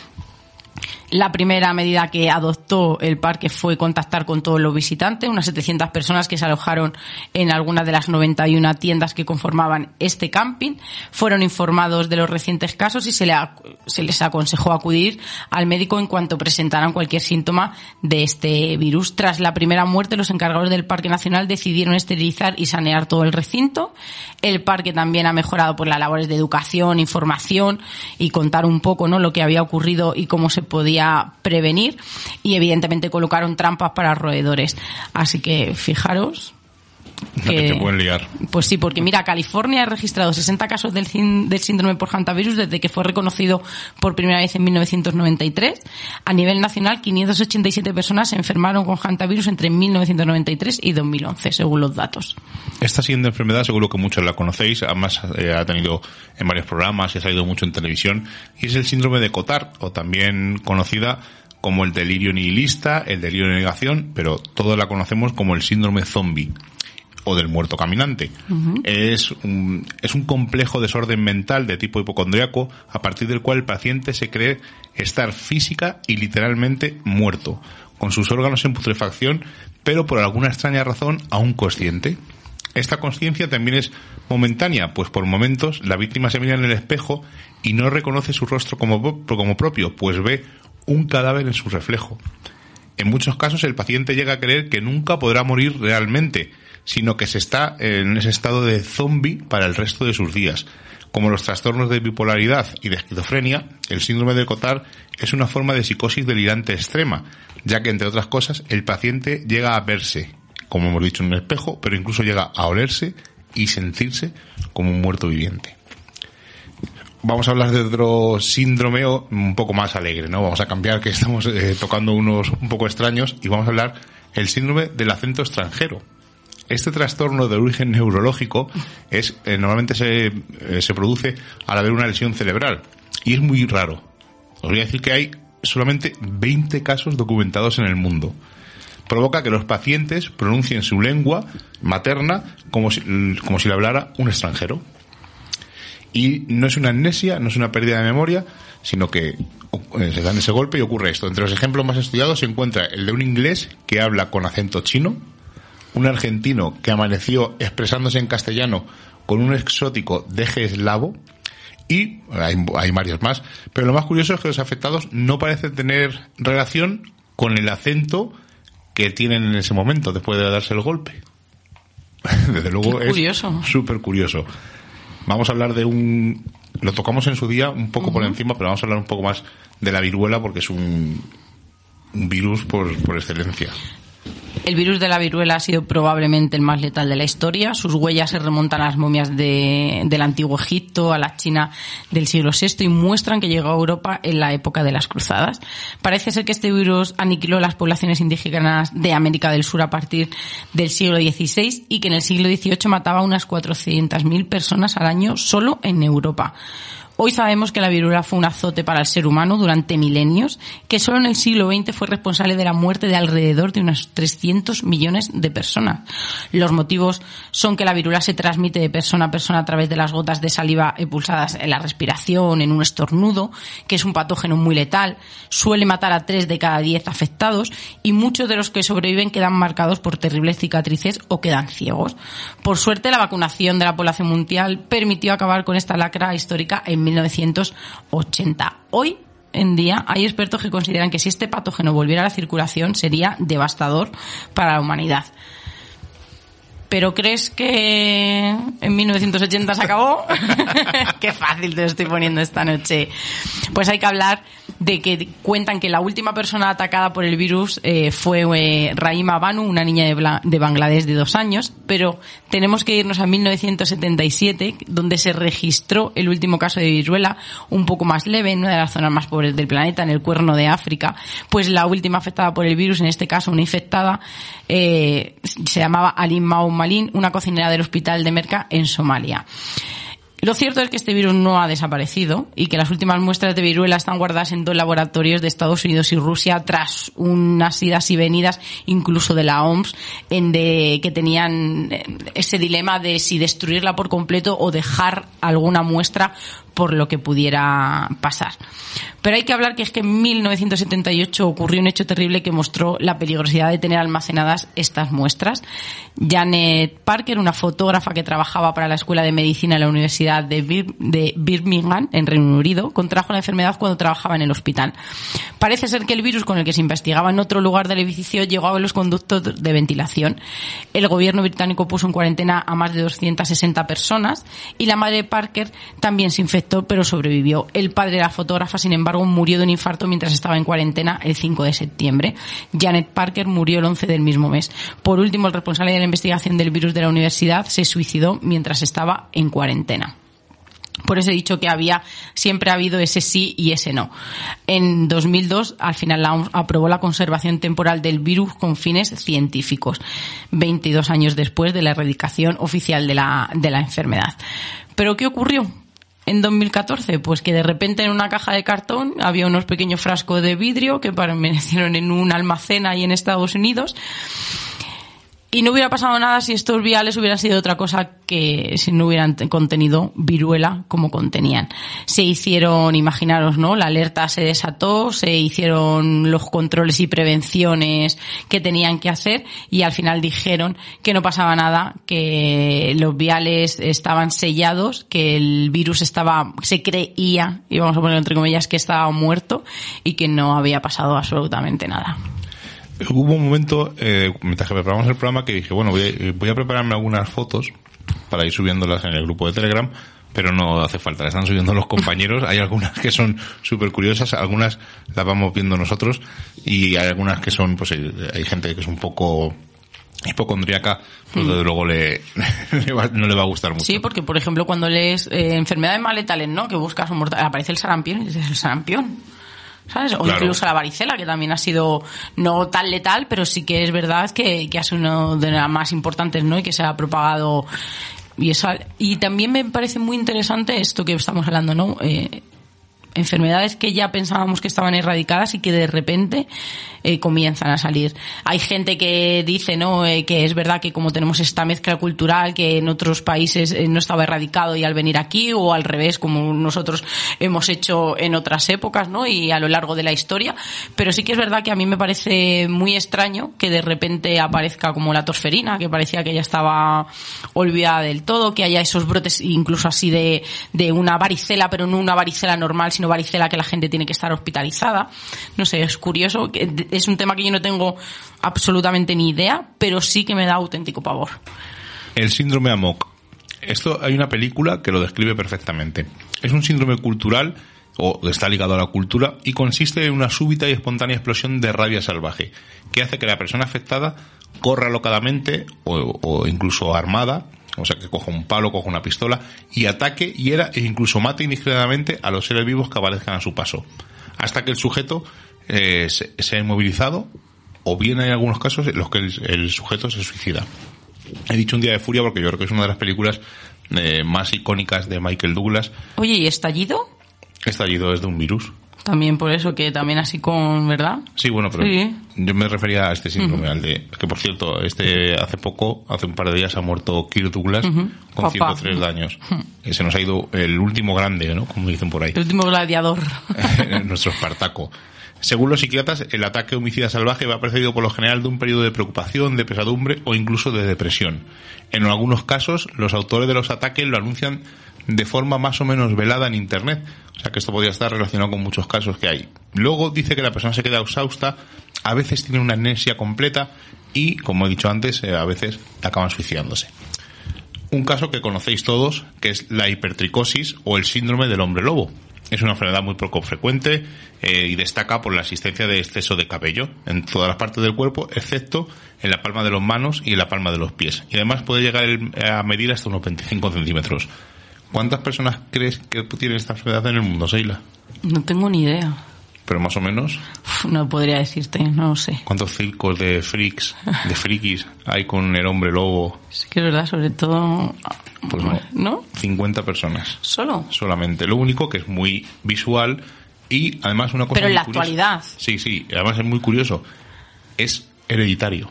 La primera medida que adoptó el parque fue contactar con todos los visitantes, unas setecientas personas que se alojaron en algunas de las noventa y una tiendas que conformaban este camping. Fueron informados de los recientes casos y se, le, se les aconsejó acudir al médico en cuanto presentaran cualquier síntoma de este virus. Tras la primera muerte, los encargados del Parque Nacional decidieron esterilizar y sanear todo el recinto. El parque también ha mejorado por las labores de educación, información y contar un poco, ¿no?, lo que había ocurrido y cómo se podía prevenir, y evidentemente colocaron trampas para roedores. Así que fijaros que, que te pueden liar. Pues sí, porque mira, California ha registrado sesenta casos del, del síndrome por hantavirus desde que fue reconocido por primera vez en mil novecientos noventa y tres. A nivel nacional, quinientas ochenta y siete personas se enfermaron con hantavirus entre mil novecientos noventa y tres y dos mil once, según los datos. Esta siguiente enfermedad seguro que muchos la conocéis, además eh, ha tenido en varios programas y ha salido mucho en televisión, y es el síndrome de Cotard, o también conocida como el delirio nihilista, el delirio de negación, pero todos la conocemos como el síndrome zombie o del muerto caminante. Uh-huh. Es un, es un complejo desorden mental de tipo hipocondriaco, a partir del cual el paciente se cree estar física y literalmente muerto, con sus órganos en putrefacción, pero por alguna extraña razón aún consciente. Esta consciencia también es momentánea, pues por momentos la víctima se mira en el espejo y no reconoce su rostro como, como propio, pues ve un cadáver en su reflejo. En muchos casos el paciente llega a creer que nunca podrá morir realmente, sino que se está en ese estado de zombie para el resto de sus días. Como los trastornos de bipolaridad y de esquizofrenia, el síndrome de Cotard es una forma de psicosis delirante extrema, ya que, entre otras cosas, el paciente llega a verse, como hemos dicho, en un espejo, pero incluso llega a olerse y sentirse como un muerto viviente. Vamos a hablar de otro síndrome un poco más alegre, ¿no? Vamos a cambiar, que estamos eh, tocando unos un poco extraños, y vamos a hablar el síndrome del acento extranjero. Este trastorno de origen neurológico es eh, normalmente se, eh, se produce al haber una lesión cerebral, y es muy raro. Os voy a decir que hay solamente veinte casos documentados en el mundo. Provoca que los pacientes pronuncien su lengua materna como si, como si le hablara un extranjero. Y no es una amnesia, no es una pérdida de memoria, sino que eh, se dan ese golpe y ocurre esto. Entre los ejemplos más estudiados se encuentra el de un inglés que habla con acento chino, un argentino que amaneció expresándose en castellano con un exótico deje eslavo, y hay, hay varios más. Pero lo más curioso es que los afectados no parecen tener relación con el acento que tienen en ese momento después de darse el golpe. Desde luego es súper curioso. Vamos a hablar de un... Lo tocamos en su día un poco uh-huh. por encima, pero vamos a hablar un poco más de la viruela, porque es un, un virus por, por excelencia. El virus de la viruela ha sido probablemente el más letal de la historia. Sus huellas se remontan a las momias de, del antiguo Egipto, a la China del siglo sexto y muestran que llegó a Europa en la época de las cruzadas. Parece ser que este virus aniquiló las poblaciones indígenas de América del Sur a partir del siglo dieciséis y que en el siglo dieciocho mataba a unas cuatrocientas mil personas al año solo en Europa. Hoy sabemos que la viruela fue un azote para el ser humano durante milenios, que solo en el siglo veinte fue responsable de la muerte de alrededor de unos trescientos millones de personas. Los motivos son que la viruela se transmite de persona a persona a través de las gotas de saliva expulsadas en la respiración, en un estornudo, que es un patógeno muy letal, suele matar a tres de cada diez afectados y muchos de los que sobreviven quedan marcados por terribles cicatrices o quedan ciegos. Por suerte, la vacunación de la población mundial permitió acabar con esta lacra histórica en mil novecientos ochenta. Hoy en día hay expertos que consideran que si este patógeno volviera a la circulación sería devastador para la humanidad. ¿Pero crees que en mil novecientos ochenta se acabó? Qué fácil te lo estoy poniendo esta noche. Pues hay que hablar de que cuentan que la última persona atacada por el virus eh, fue eh, Rahima Banu, una niña de, Bla- de Bangladesh de dos años, pero tenemos que irnos a mil novecientos setenta y siete, donde se registró el último caso de viruela, un poco más leve, en una de las zonas más pobres del planeta, en el Cuerno de África. Pues la última afectada por el virus, en este caso una infectada, eh, se llamaba Alim Mau Malin, una cocinera del hospital de Merka en Somalia. Lo cierto es que este virus no ha desaparecido y que las últimas muestras de viruela están guardadas en dos laboratorios de Estados Unidos y Rusia tras unas idas y venidas incluso de la O M S en de, que tenían ese dilema de si destruirla por completo o dejar alguna muestra por lo que pudiera pasar. Pero hay que hablar que es que en mil novecientos setenta y ocho ocurrió un hecho terrible que mostró la peligrosidad de tener almacenadas estas muestras. Janet Parker, una fotógrafa que trabajaba para la Escuela de Medicina en la Universidad de, Bir- de Birmingham, en Reino Unido, contrajo la enfermedad cuando trabajaba en el hospital. Parece ser que el virus con el que se investigaba en otro lugar del edificio llegó a los conductos de ventilación. El gobierno británico puso en cuarentena a más de doscientas sesenta personas y la madre de Parker también se infectó, pero sobrevivió. El padre de la fotógrafa, sin embargo, murió de un infarto mientras estaba en cuarentena el cinco de septiembre. Janet Parker murió el once del mismo mes. Por último, el responsable de la investigación del virus de la universidad se suicidó mientras estaba en cuarentena. Por eso he dicho que había, siempre ha habido ese sí y ese no. En dos mil dos, al final, la O M S aprobó la conservación temporal del virus con fines científicos, veintidós años después de la erradicación oficial de la, de la enfermedad. ¿Pero qué ocurrió en dos mil catorce? Pues que de repente en una caja de cartón había unos pequeños frascos de vidrio que permanecieron en un almacén ahí en Estados Unidos. Y no hubiera pasado nada si estos viales hubieran sido otra cosa que si no hubieran contenido viruela como contenían. Se hicieron, imaginaros, ¿no? La alerta se desató, se hicieron los controles y prevenciones que tenían que hacer y al final dijeron que no pasaba nada, que los viales estaban sellados, que el virus estaba, se creía, y vamos a ponerlo entre comillas, que estaba muerto y que no había pasado absolutamente nada. Hubo un momento, eh, mientras que preparamos el programa, que dije, bueno, voy a, voy a prepararme algunas fotos para ir subiéndolas en el grupo de Telegram, pero no hace falta, las están subiendo los compañeros. Hay algunas que son súper curiosas, algunas las vamos viendo nosotros y hay algunas que son, pues hay gente que es un poco hipocondríaca, pues desde luego le, le va, no le va a gustar mucho. Sí, porque por ejemplo cuando lees eh, enfermedades más letales, ¿no? Que buscas un mortal, aparece el sarampión y dices, el sarampión, ¿sabes? O claro, incluso la varicela, que también ha sido no tan letal, pero sí que es verdad que, que ha sido uno de las más importantes, ¿no? Y que se ha propagado. Y eso, y también me parece muy interesante esto que estamos hablando, ¿no? Eh, enfermedades que ya pensábamos que estaban erradicadas y que de repente eh, comienzan a salir. Hay gente que dice, ¿no?, eh, que es verdad que como tenemos esta mezcla cultural que en otros países eh, no estaba erradicado y al venir aquí, o al revés, como nosotros hemos hecho en otras épocas, ¿no?, y a lo largo de la historia. Pero sí que es verdad que a mí me parece muy extraño que de repente aparezca como la tosferina, que parecía que ya estaba olvidada del todo, que haya esos brotes incluso así de, de una varicela, pero no una varicela normal, sino varicela que la gente tiene que estar hospitalizada. No sé, es curioso. Es un tema que yo no tengo absolutamente ni idea, pero sí que me da auténtico pavor. El síndrome A M O C. Esto hay una película que lo describe perfectamente. Es un síndrome cultural, o está ligado a la cultura, y consiste en una súbita y espontánea explosión de rabia salvaje, que hace que la persona afectada corra alocadamente o, o incluso armada, o sea que coja un palo, coja una pistola y ataque, hiera e incluso mate indiscretamente a los seres vivos que aparezcan a su paso, hasta que el sujeto eh, se, se ha inmovilizado, o bien hay algunos casos en los que el, el sujeto se suicida. He dicho Un día de furia porque yo creo que es una de las películas eh, más icónicas de Michael Douglas. Oye, ¿y Estallido? Estallido es de un virus. También por eso, que también así con, ¿verdad? Sí, bueno, pero sí. Yo me refería a este síndrome, uh-huh. al de, que por cierto, este hace poco, hace un par de días ha muerto Kirk Douglas uh-huh. con Papá. ciento tres años. Uh-huh. Se nos ha ido el último grande, ¿no? Como dicen por ahí. El último gladiador. Nuestro Espartaco. Según los psiquiatras, el ataque homicida salvaje va precedido por lo general de un periodo de preocupación, de pesadumbre o incluso de depresión. En algunos casos, los autores de los ataques lo anuncian de forma más o menos velada en Internet. O sea que esto podría estar relacionado con muchos casos que hay. Luego dice que la persona se queda exhausta, a veces tiene una amnesia completa y, como he dicho antes, a veces acaban suicidándose. Un caso que conocéis todos, que es la hipertricosis o el síndrome del hombre lobo. Es una enfermedad muy poco frecuente eh, y destaca por la existencia de exceso de cabello en todas las partes del cuerpo, excepto en la palma de las manos y en la palma de los pies. Y además puede llegar a medir hasta unos veinticinco centímetros. ¿Cuántas personas crees que tienen esta enfermedad en el mundo, Seila? No tengo ni idea. Pero más o menos. Uf, no podría decirte, no lo sé. ¿Cuántos circos de freaks, de frikis hay con el hombre lobo? Sí que es verdad, sobre todo. Pues no. ¿No? cincuenta personas. ¿Solo? Solamente. Lo único que es muy visual y además una cosa. Pero en muy la curiosa. actualidad. Sí, sí. Además es muy curioso. Es hereditario.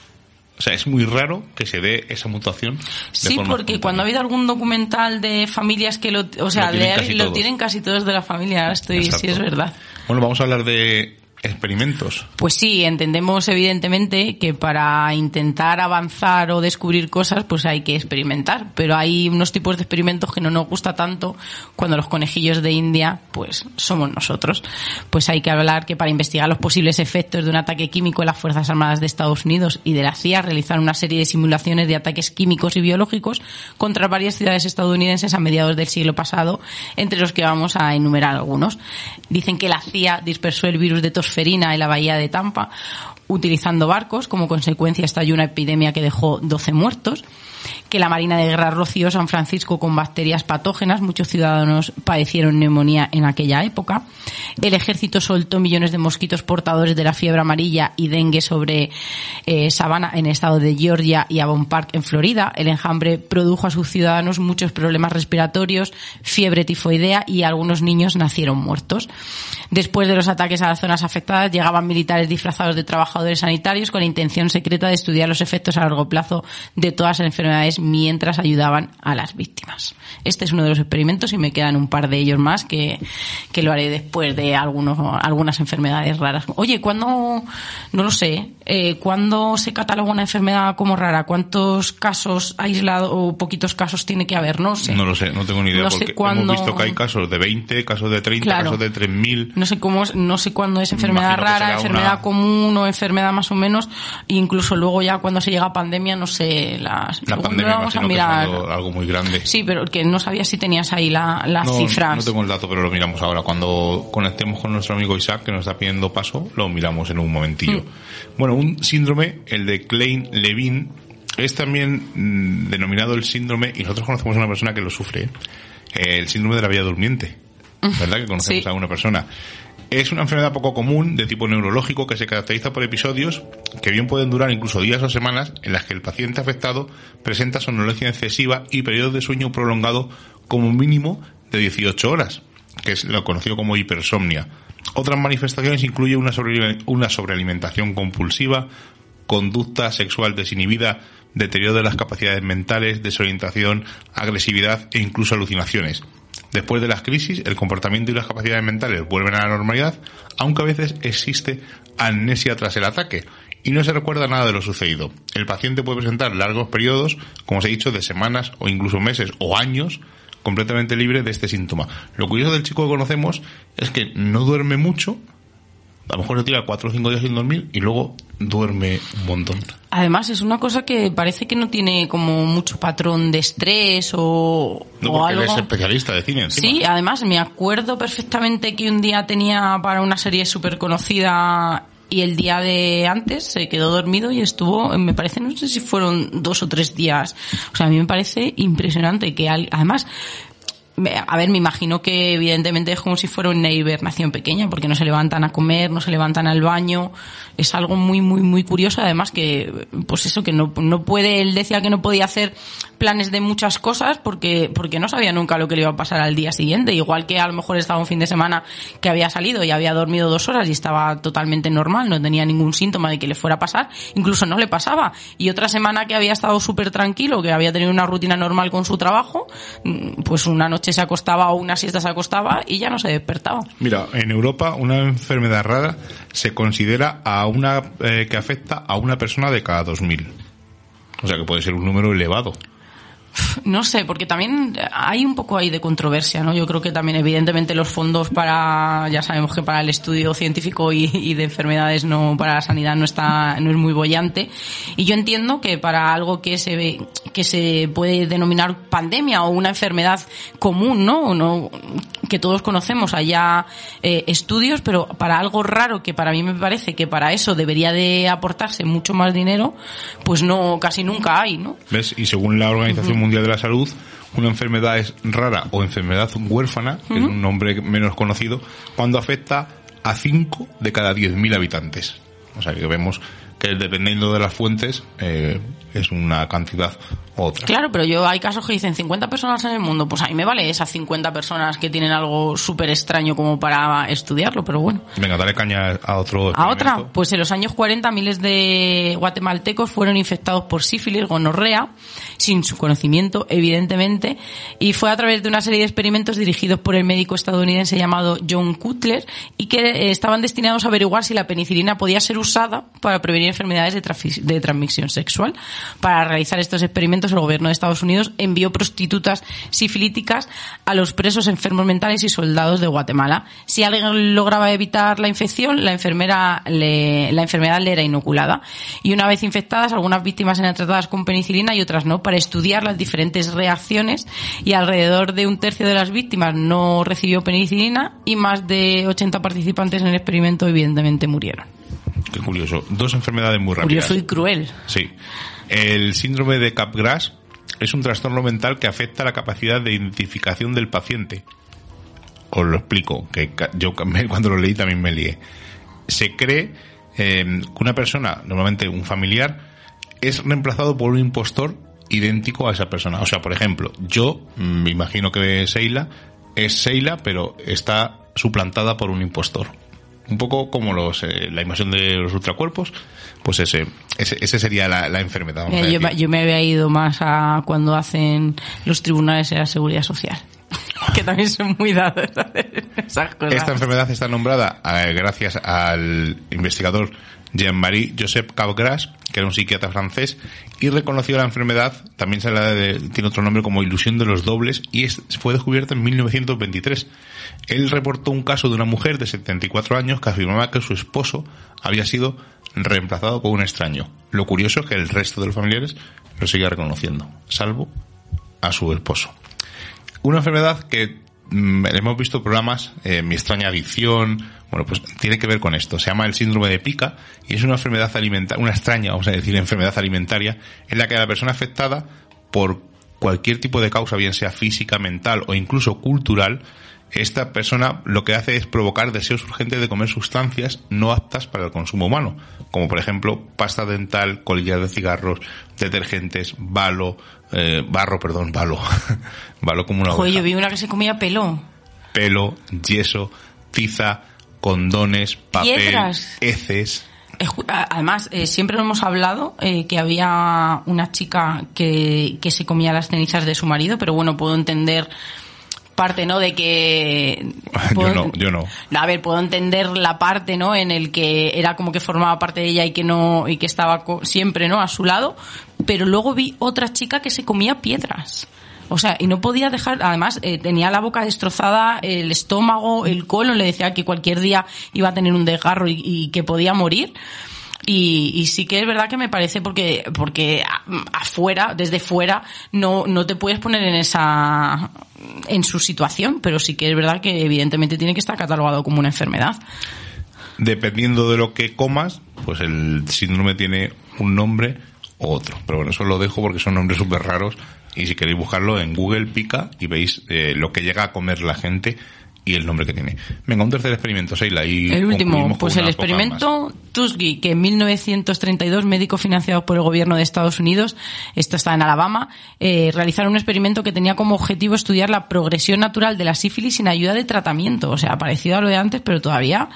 O sea, es muy raro que se dé esa mutación. Sí, porque cuando ha habido algún documental de familias que lo, o sea, lo tienen, de, casi, lo todos. tienen casi todos de la familia. Ahora estoy, Exacto. Sí es verdad. Bueno, vamos a hablar de experimentos. Pues sí, entendemos evidentemente que para intentar avanzar o descubrir cosas pues hay que experimentar, pero hay unos tipos de experimentos que no nos gusta tanto cuando los conejillos de India pues somos nosotros. Pues hay que hablar que para investigar los posibles efectos de un ataque químico en las Fuerzas Armadas de Estados Unidos y de la C I A realizaron una serie de simulaciones de ataques químicos y biológicos contra varias ciudades estadounidenses a mediados del siglo pasado, entre los que vamos a enumerar algunos. Dicen que la C I A dispersó el virus de tos en la bahía de Tampa utilizando barcos. Como consecuencia estalló una epidemia que dejó doce muertos, que la Marina de Guerra roció San Francisco con bacterias patógenas, muchos ciudadanos padecieron neumonía en aquella época, el ejército soltó millones de mosquitos portadores de la fiebre amarilla y dengue sobre eh, Savannah en el estado de Georgia y Avon Park en Florida. El enjambre produjo a sus ciudadanos muchos problemas respiratorios, fiebre tifoidea y algunos niños nacieron muertos. Después de los ataques a las zonas afectadas llegaban militares disfrazados de trabajadores sanitarios con la intención secreta de estudiar los efectos a largo plazo de todas las enfermedades mientras ayudaban a las víctimas. Este es uno de los experimentos y me quedan un par de ellos más que, que lo haré después de algunos, algunas enfermedades raras. Oye, ¿cuándo, no lo sé, eh, cuándo se cataloga una enfermedad como rara? ¿Cuántos casos aislados o poquitos casos tiene que haber? No sé. No lo sé, no tengo ni idea, no porque sé cuándo... hemos visto que hay casos de veinte, casos de treinta, claro. Casos de tres mil. No sé cómo, no sé cuándo es enfermedad rara, enfermedad una... común o enfermedad más o menos, incluso luego ya cuando se llega a pandemia, no sé, las... La pandemia vamos a mirar algo, algo muy grande. Sí, pero que no sabía si tenías ahí la, las no, cifras. No tengo el dato, pero lo miramos ahora. Cuando conectemos con nuestro amigo Isaac, que nos está pidiendo paso, lo miramos en un momentillo. Mm. Bueno, un síndrome, el de Klein-Levin, es también mmm, denominado el síndrome, y nosotros conocemos a una persona que lo sufre, eh, el síndrome de la Bella Durmiente. ¿Verdad? Que conocemos sí. a una persona. Es una enfermedad poco común de tipo neurológico que se caracteriza por episodios que bien pueden durar incluso días o semanas en las que el paciente afectado presenta somnolencia excesiva y periodos de sueño prolongado como mínimo de dieciocho horas, que es lo conocido como hipersomnia. Otras manifestaciones incluyen una, sobre, una sobrealimentación compulsiva, conducta sexual desinhibida, deterioro de las capacidades mentales, desorientación, agresividad e incluso alucinaciones. Después de las crisis, el comportamiento y las capacidades mentales vuelven a la normalidad, aunque a veces existe amnesia tras el ataque y no se recuerda nada de lo sucedido. El paciente puede presentar largos periodos, como os he dicho, de semanas o incluso meses o años, completamente libre de este síntoma. Lo curioso del chico que conocemos es que no duerme mucho, a lo mejor se tira cuatro o cinco días sin dormir y luego duerme un montón. Además es una cosa que parece que no tiene como mucho patrón de estrés o, no, o porque algo. Él es especialista de cine encima. Sí, además me acuerdo perfectamente que un día tenía para una serie súper conocida y el día de antes se quedó dormido y estuvo, me parece, no sé si fueron dos o tres días. O sea, a mí me parece impresionante que además... A ver, me imagino que evidentemente es como si fuera una hibernación pequeña, porque no se levantan a comer, no se levantan al baño. Es algo muy, muy, muy curioso. Además que, pues eso, que no, no puede, él decía que no podía hacer planes de muchas cosas porque, porque no sabía nunca lo que le iba a pasar al día siguiente. Igual que a lo mejor estaba un fin de semana que había salido y había dormido dos horas y estaba totalmente normal, no tenía ningún síntoma de que le fuera a pasar, incluso no le pasaba. Y otra semana que había estado súper tranquilo, que había tenido una rutina normal con su trabajo, pues una noche se acostaba o una siesta se acostaba y ya no se despertaba. Mira, en Europa una enfermedad rara se considera a una eh, que afecta a una persona de cada dos mil. O sea que puede ser un número elevado. No sé, porque también hay un poco ahí de controversia, ¿no? Yo creo que también, evidentemente, los fondos para, ya sabemos que para el estudio científico y, y de enfermedades, no, para la sanidad no está, no es muy boyante. Y yo entiendo que para algo que se ve, que se puede denominar pandemia o una enfermedad común, ¿no? O no, que todos conocemos, haya eh, estudios, pero para algo raro que para mí me parece que para eso debería de aportarse mucho más dinero, pues no, casi nunca hay, ¿no? ¿Ves? Y según la Organización uh-huh. Mundial de la Salud, una enfermedad es rara o enfermedad huérfana, que uh-huh. es un nombre menos conocido, cuando afecta a cinco de cada diez mil habitantes. O sea que vemos que dependiendo de las fuentes eh, es una cantidad u otra. Claro, pero yo hay casos que dicen cincuenta personas en el mundo, pues a mí me vale esas cincuenta personas que tienen algo súper extraño como para estudiarlo, pero bueno. Venga, dale caña a otro ¿A otra? Pues en los años cuarenta miles de guatemaltecos fueron infectados por sífilis, gonorrea, sin su conocimiento, evidentemente, y fue a través de una serie de experimentos dirigidos por el médico estadounidense llamado John Cutler y que eh, estaban destinados a averiguar si la penicilina podía ser usada para prevenir enfermedades de, traf- de transmisión sexual. Para realizar estos experimentos, el gobierno de Estados Unidos envió prostitutas sifilíticas a los presos enfermos mentales y soldados de Guatemala. Si alguien lograba evitar la infección, la enfermera le, la enfermedad le era inoculada. Y una vez infectadas, algunas víctimas eran tratadas con penicilina y otras no, para estudiar las diferentes reacciones, y alrededor de un tercio de las víctimas no recibió penicilina y más de ochenta participantes en el experimento evidentemente murieron. Qué curioso. Dos enfermedades muy rápidas. Curioso y cruel. Sí. El síndrome de Capgras es un trastorno mental que afecta la capacidad de identificación del paciente. Os lo explico, que yo cuando lo leí también me lié. Se cree eh, que una persona, normalmente un familiar, es reemplazado por un impostor idéntico a esa persona. O sea, por ejemplo, yo me imagino que Sheila es Sheila, pero está suplantada por un impostor. Un poco como los eh, la invasión de los ultracuerpos, pues ese ese, ese sería la, la enfermedad. Mira, yo, yo me había ido más a cuando hacen los tribunales de la seguridad social, que también son muy dados a hacer esas cosas. Esta enfermedad está nombrada eh, gracias al investigador Jean-Marie Joseph Capgras, que era un psiquiatra francés, y reconoció la enfermedad, también se la de, tiene otro nombre como ilusión de los dobles, y es, fue descubierta en mil novecientos veintitrés. Él reportó un caso de una mujer de setenta y cuatro años que afirmaba que su esposo había sido reemplazado por un extraño. Lo curioso es que el resto de los familiares lo seguía reconociendo, salvo a su esposo. Una enfermedad que mmm, hemos visto programas, eh, Mi extraña adicción, bueno, pues tiene que ver con esto. Se llama el síndrome de Pica y es una enfermedad alimentaria, una extraña, vamos a decir, enfermedad alimentaria, en la que la persona afectada por cualquier tipo de causa, bien sea física, mental o incluso cultural, esta persona lo que hace es provocar deseos urgentes de comer sustancias no aptas para el consumo humano, como por ejemplo pasta dental, colillas de cigarros, detergentes, balo, eh, barro, perdón, balo, balo como una Joder, hoja. Yo vi una que se comía pelo. Pelo, yeso, tiza, condones, papel, Piedras. heces. Además, eh, siempre hemos hablado eh, que había una chica que, que se comía las cenizas de su marido, pero bueno, puedo entender parte, ¿no? De que puedo, yo no, yo no. A ver, puedo entender la parte, ¿no? En el que era como que formaba parte de ella y que no, y que estaba siempre, ¿no? A su lado, pero luego vi otra chica que se comía piedras. O sea, y no podía dejar, además eh, tenía la boca destrozada, el estómago, el colon, le decía que cualquier día iba a tener un desgarro y, y que podía morir. Y, y sí que es verdad que me parece porque porque afuera, desde fuera, no no te puedes poner en esa en su situación, pero sí que es verdad que evidentemente tiene que estar catalogado como una enfermedad. dependiendo de lo que comas, pues el síndrome tiene un nombre u otro. Pero bueno, eso lo dejo porque son nombres súper raros y si queréis buscarlo en Google pica y veis eh, lo que llega a comer la gente y el nombre que tiene. Venga, un tercer experimento, Sheila. Y el último, pues el experimento Tuskegee, que en mil novecientos treinta y dos, médicos financiados por el gobierno de Estados Unidos, esto está en Alabama, eh, realizaron un experimento que tenía como objetivo estudiar la progresión natural de la sífilis sin ayuda de tratamiento. O sea, parecido a lo de antes, pero todavía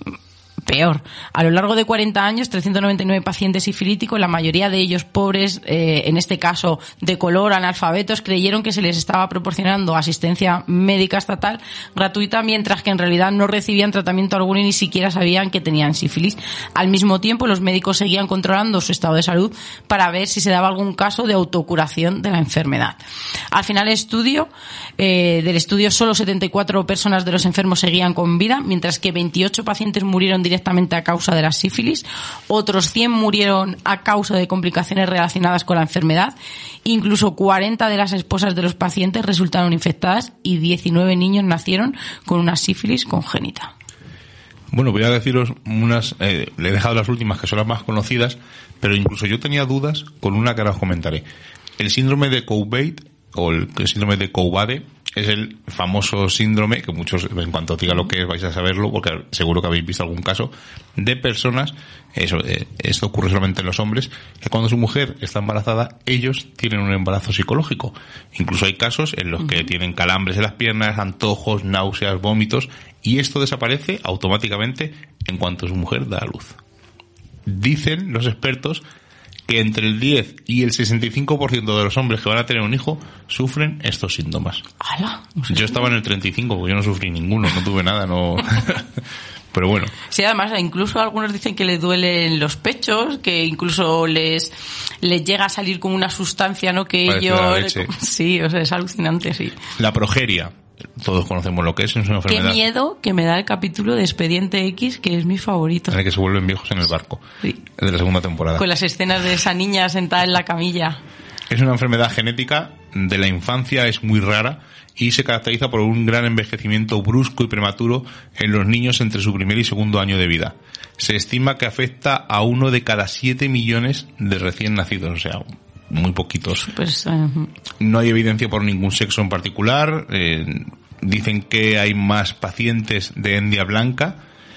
peor. A lo largo de cuarenta años, trescientos noventa y nueve pacientes sifilíticos, la mayoría de ellos pobres, eh, en este caso de color, analfabetos, creyeron que se les estaba proporcionando asistencia médica estatal gratuita, mientras que en realidad no recibían tratamiento alguno y ni siquiera sabían que tenían sífilis. Al mismo tiempo, los médicos seguían controlando su estado de salud para ver si se daba algún caso de autocuración de la enfermedad. Al final del estudio, eh, del estudio, solo setenta y cuatro personas de los enfermos seguían con vida, mientras que veintiocho pacientes murieron directamente directamente a causa de la sífilis, otros cien murieron a causa de complicaciones relacionadas con la enfermedad, incluso cuarenta de las esposas de los pacientes resultaron infectadas y diecinueve niños nacieron con una sífilis congénita. Bueno, voy a deciros unas, eh, le he dejado las últimas que son las más conocidas, pero incluso yo tenía dudas con una que ahora os comentaré. El síndrome de Coubade, o el, el síndrome de Coubade, es el famoso síndrome, que muchos, en cuanto diga lo que es, vais a saberlo, porque seguro que habéis visto algún caso, de personas, eso, eh, esto ocurre solamente en los hombres, que cuando su mujer está embarazada, ellos tienen un embarazo psicológico. Incluso hay casos en los que tienen calambres en las piernas, antojos, náuseas, vómitos, y esto desaparece automáticamente en cuanto su mujer da a luz. Dicen los expertos que entre el diez y el sesenta y cinco por ciento de los hombres que van a tener un hijo sufren estos síntomas. ¡Hala! Yo estaba en el treinta y cinco, porque yo no sufrí ninguno, no tuve nada, no. Pero bueno. Sí, además, incluso algunos dicen que les duelen los pechos, que incluso les les llega a salir como una sustancia, ¿no? Que ellos... Sí, o sea, es alucinante, sí. La progeria. Todos conocemos lo que es, es una enfermedad. Qué miedo que me da el capítulo de Expediente X, que es mi favorito. En el que se vuelven viejos en el barco. Sí. El de la segunda temporada. Con las escenas de esa niña sentada en la camilla. Es una enfermedad genética de la infancia, es muy rara y se caracteriza por un gran envejecimiento brusco y prematuro en los niños entre su primer y segundo año de vida. Se estima que afecta a uno de cada siete millones de recién nacidos, o sea, muy poquitos. Pues, uh... No hay evidencia por ningún sexo en particular. Eh, dicen que hay más pacientes de etnia blanca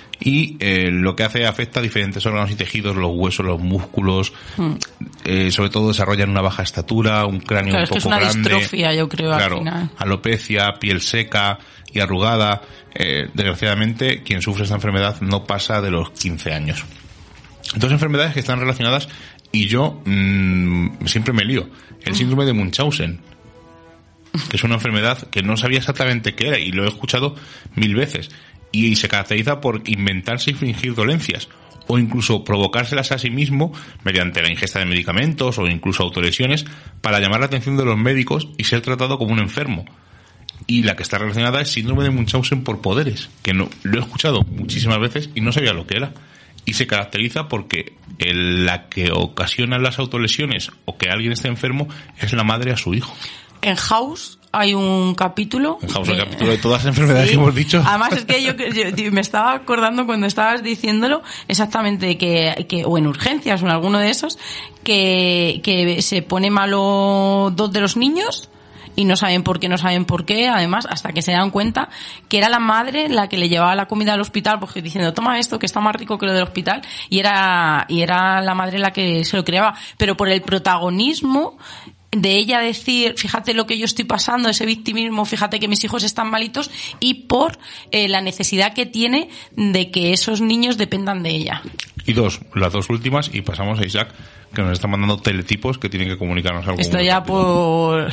y eh, lo que hace afecta a diferentes órganos y tejidos, los huesos, los músculos. Mm. Eh, sobre todo desarrollan una baja estatura, un cráneo claro, un poco es que es una grande. Distrofia, yo creo, claro, al final. Alopecia, piel seca y arrugada. Eh, desgraciadamente, quien sufre esta enfermedad no pasa de los quince años. Dos enfermedades que están relacionadas y yo mmm, siempre me lío. El síndrome de Munchausen, que es una enfermedad que no sabía exactamente qué era y lo he escuchado mil veces. Y se caracteriza por inventarse y fingir dolencias o incluso provocárselas a sí mismo mediante la ingesta de medicamentos o incluso autolesiones para llamar la atención de los médicos y ser tratado como un enfermo. Y la que está relacionada es síndrome de Munchausen por poderes, que no, lo he escuchado muchísimas veces y no sabía lo que era. Y se caracteriza porque el, la que ocasiona las autolesiones o que alguien esté enfermo es la madre a su hijo. En House hay un capítulo. En House hay un capítulo de todas las enfermedades sí. que hemos dicho. Además es que yo, yo me estaba acordando cuando estabas diciéndolo exactamente que, que o en urgencias o en alguno de esos que, que se pone malo dos de los niños y no saben por qué, no saben por qué, además, hasta que se dan cuenta que era la madre la que le llevaba la comida al hospital, porque diciendo, toma esto, que está más rico que lo del hospital, y era, y era la madre la que se lo creaba. Pero por el protagonismo de ella decir, fíjate lo que yo estoy pasando, ese victimismo, fíjate que mis hijos están malitos, y por eh, la necesidad que tiene de que esos niños dependan de ella. Y dos, las dos últimas, y pasamos a Isaac, que nos está mandando teletipos que tienen que comunicarnos algo. Esto ya por...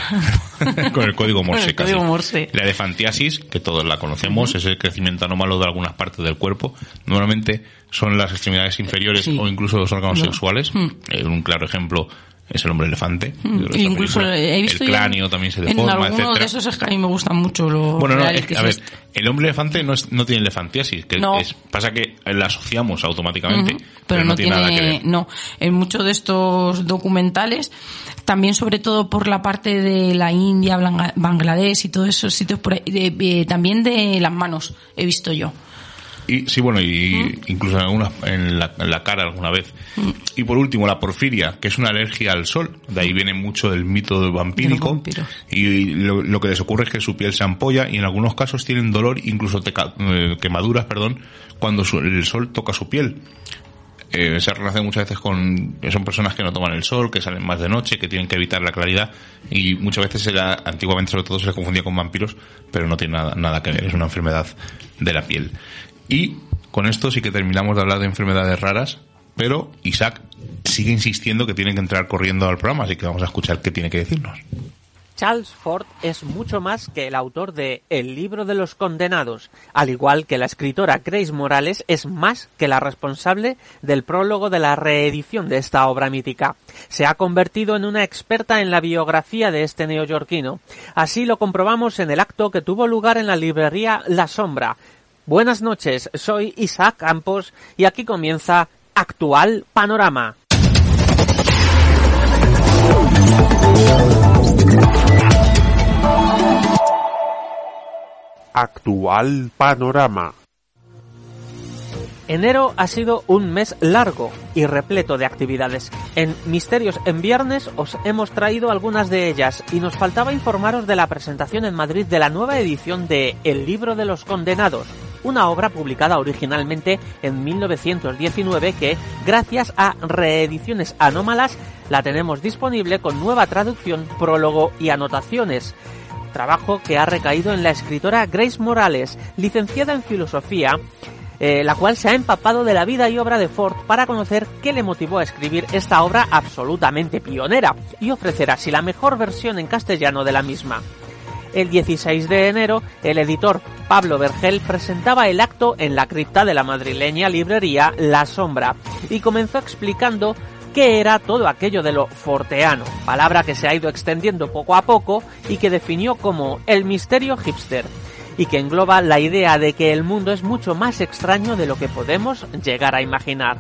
Con el código Morse, el código casi. Morse. La elefantiasis, que todos la conocemos, uh-huh. es el crecimiento anómalo de algunas partes del cuerpo. Normalmente son las extremidades inferiores sí. o incluso los órganos no. sexuales. Uh-huh. Eh, un claro ejemplo es el hombre elefante. Uh-huh. Incluso he visto el cráneo en, también se deforma, en algunos etcétera. De esos es que a mí me gustan mucho los bueno, no, es que a ver, el hombre elefante no, es, no tiene elefantiasis, que no. es, pasa que la asociamos automáticamente, uh-huh. pero, pero no, no tiene, tiene nada que ver. No, en muchos de estos documentales, también sobre todo por la parte de la India, Bangladesh y todos esos sitios por ahí, de, de, también de las manos he visto yo. Y sí, bueno, y ¿Mm? incluso en, alguna, en, la, en la cara alguna vez. ¿Mm? Y por último, la porfiria, que es una alergia al sol. De ahí viene mucho del mito del vampírico. Y lo, lo que les ocurre es que su piel se ampolla y en algunos casos tienen dolor, incluso teca, eh, quemaduras, perdón, cuando su, el sol toca su piel. Eh, se relaciona muchas veces con... Son personas que no toman el sol, que salen más de noche, que tienen que evitar la claridad, y muchas veces era, antiguamente sobre todo se les confundía con vampiros, pero no tiene nada, nada que ver, es una enfermedad de la piel. Y con esto sí que terminamos de hablar de enfermedades raras, pero Isaac sigue insistiendo que tiene que entrar corriendo al programa, así que vamos a escuchar qué tiene que decirnos. Charles Fort es mucho más que el autor de El libro de los condenados, al igual que la escritora Grace Morales es más que la responsable del prólogo de la reedición de esta obra mítica. Se ha convertido en una experta en la biografía de este neoyorquino. Así lo comprobamos en el acto que tuvo lugar en la librería La Sombra. Buenas noches, soy Isaac Campos y aquí comienza Actual Panorama. Actual Panorama. Enero ha sido un mes largo y repleto de actividades. En Misterios en Viernes os hemos traído algunas de ellas y nos faltaba informaros de la presentación en Madrid de la nueva edición de El libro de los condenados, una obra publicada originalmente en mil novecientos diecinueve que, gracias a reediciones anómalas, la tenemos disponible con nueva traducción, prólogo y anotaciones. Trabajo que ha recaído en la escritora Grace Morales, licenciada en filosofía, eh, la cual se ha empapado de la vida y obra de Fort para conocer qué le motivó a escribir esta obra absolutamente pionera y ofrecer así la mejor versión en castellano de la misma. El dieciséis de enero, el editor Pablo Vergel presentaba el acto en la cripta de la madrileña librería La Sombra y comenzó explicando qué era todo aquello de lo forteano, palabra que se ha ido extendiendo poco a poco y que definió como el misterio hipster, y que engloba la idea de que el mundo es mucho más extraño de lo que podemos llegar a imaginar.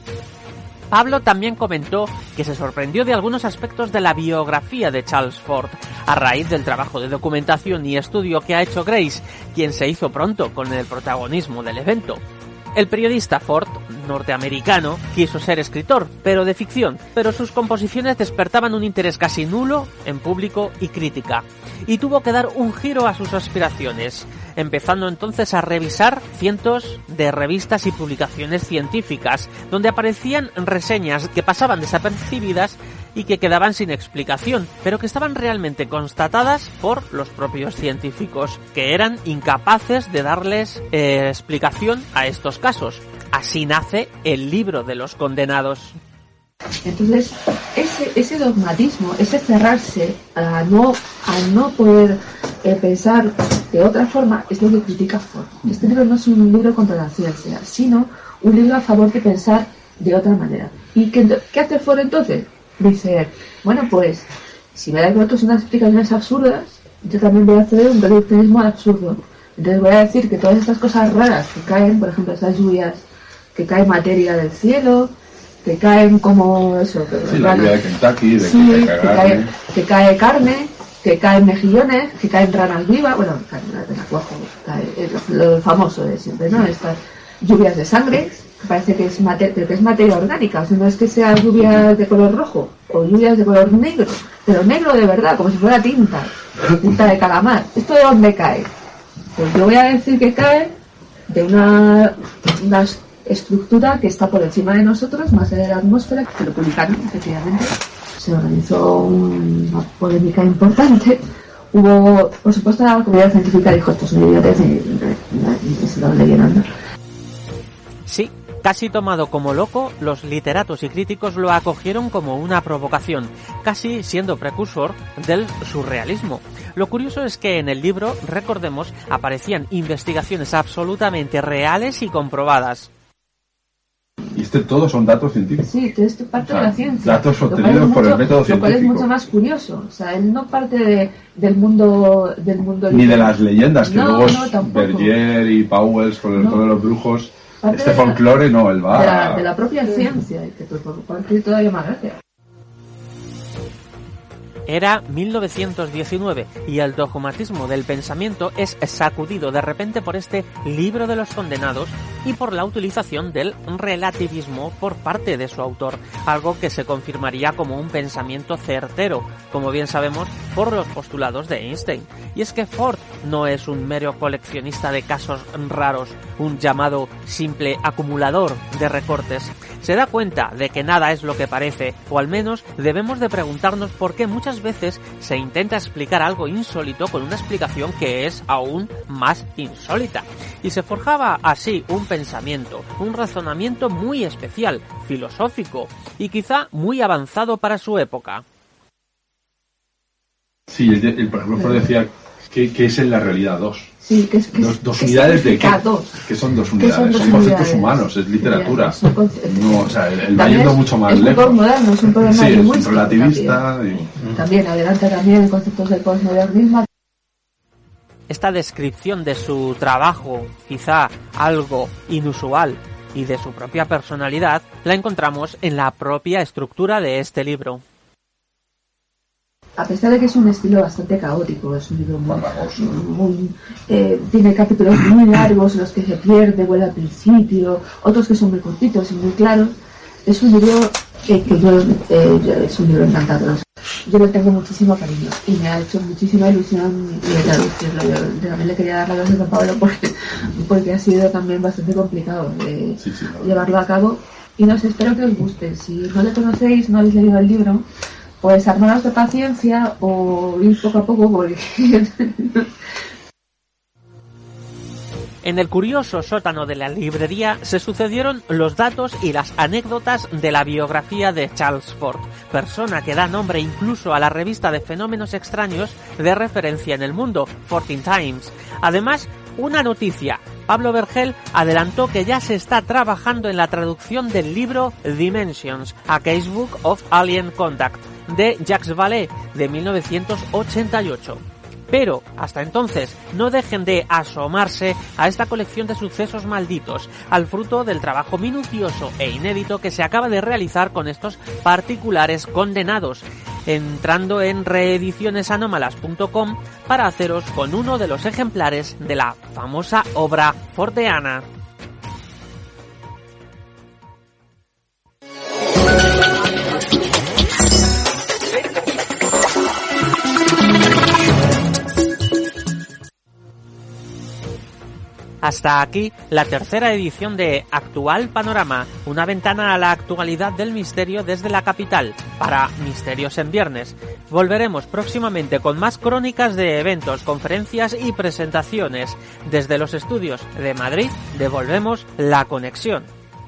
Pablo también comentó que se sorprendió de algunos aspectos de la biografía de Charles Fort, a raíz del trabajo de documentación y estudio que ha hecho Grace, quien se hizo pronto con el protagonismo del evento. El periodista Fort, norteamericano, quiso ser escritor, pero de ficción, pero sus composiciones despertaban un interés casi nulo en público y crítica, y tuvo que dar un giro a sus aspiraciones, empezando entonces a revisar cientos de revistas y publicaciones científicas, donde aparecían reseñas que pasaban desapercibidas y que quedaban sin explicación, pero que estaban realmente constatadas por los propios científicos, que eran incapaces de darles eh, explicación a estos casos. Así nace el libro de los condenados. Entonces, ese, ese dogmatismo, ese cerrarse a no, a no poder eh, pensar de otra forma, es lo que critica Fort. Este libro no es un libro contra la ciencia, sino un libro a favor de pensar de otra manera. ¿Y qué, qué hace Fort entonces? Dice, bueno, pues, si me dais vosotros unas explicaciones absurdas, yo también voy a hacer un reduccionismo absurdo. Entonces voy a decir que todas estas cosas raras que caen, por ejemplo, esas lluvias, que cae materia del cielo, que caen como eso, que, sí, la lluvia de Kentucky, de sí, que, que, cae, que cae carne, que caen mejillones, que caen ranas vivas, bueno, caen de acuajo, cae, lo, lo famoso de siempre, ¿no? Estas lluvias de sangre, que parece que es, mater, que es materia orgánica, o sea, no es que sea lluvias de color rojo o lluvias de color negro, pero negro de verdad, como si fuera tinta, tinta de calamar. ¿Esto de dónde cae? Pues yo voy a decir que cae de una, una estructura que está por encima de nosotros, más allá de la atmósfera, que lo publicaron, efectivamente. Se organizó una polémica importante. Hubo, por supuesto, la comunidad científica dijo, esto es un idiotez y, y se lo leyeron. Sí, casi tomado como loco, los literatos y críticos lo acogieron como una provocación, casi siendo precursor del surrealismo. Lo curioso es que en el libro, recordemos, aparecían investigaciones absolutamente reales y comprobadas. Y este todo son datos científicos. Sí, todo esto parte o sea, de la ciencia. Datos obtenidos por el método científico. Lo cual es mucho más curioso. O sea, él no parte de, del mundo del mundo ni de las leyendas, que no, luego no, Berger y Pauwels con el no. juego de los brujos. Parte este de la, folclore no, él va... De la, de la propia ciencia, que por parte todavía más gracia. Era mil novecientos diecinueve y el dogmatismo del pensamiento es sacudido de repente por este libro de los condenados y por la utilización del relativismo por parte de su autor, algo que se confirmaría como un pensamiento certero, como bien sabemos por los postulados de Einstein. Y es que Ford no es un mero coleccionista de casos raros, un llamado simple acumulador de recortes. Se da cuenta de que nada es lo que parece, o al menos debemos de preguntarnos por qué muchas veces se intenta explicar algo insólito con una explicación que es aún más insólita. Y se forjaba así un pensamiento, un razonamiento muy especial, filosófico y quizá muy avanzado para su época. Sí, el, el, por ejemplo, Ford decía que, que es en la realidad dos. Sí, que es que dos, dos que unidades de qué, dos. que son dos unidades, son, dos son unidades? conceptos humanos, es literatura. Son conceptos. No, o sea, él va yendo mucho más es lejos. Es un moderno, es un problema sí, es muy un relativista. También, y... también adelanta también en conceptos del postmodernismo. Esta descripción de su trabajo, quizá algo inusual, y de su propia personalidad, la encontramos en la propia estructura de este libro. A pesar de que es un estilo bastante caótico, es un libro muy, muy eh, tiene capítulos muy largos en los que se pierde, vuelve al principio, otros que son muy cortitos y muy claros, es un libro eh, que yo, eh, yo, es un libro encantador. Yo le tengo muchísimo cariño y me ha hecho muchísima ilusión traducirlo. Yo, yo también le quería dar las gracias a Pablo porque, porque ha sido también bastante complicado eh, sí, sí, llevarlo a cabo. Y no sé, espero que os guste. Si no le conocéis, no habéis leído el libro, pues armaros de paciencia o ir poco a poco porque... En el curioso sótano de la librería se sucedieron los datos y las anécdotas de la biografía de Charles Ford, persona que da nombre incluso a la revista de fenómenos extraños de referencia en el mundo, Fortean Times. Además, una noticia. Pablo Vergel adelantó que ya se está trabajando en la traducción del libro Dimensions, A Casebook of Alien Contact, de Jacques Vallée, de mil novecientos ochenta y ocho. Pero, hasta entonces, no dejen de asomarse a esta colección de sucesos malditos, al fruto del trabajo minucioso e inédito que se acaba de realizar con estos particulares condenados, entrando en reediciones anómalas punto com para haceros con uno de los ejemplares de la famosa obra fordiana. Hasta aquí la tercera edición de Actual Panorama, una ventana a la actualidad del misterio desde la capital, para Misterios en Viernes. Volveremos próximamente con más crónicas de eventos, conferencias y presentaciones. Desde los estudios de Madrid devolvemos la conexión.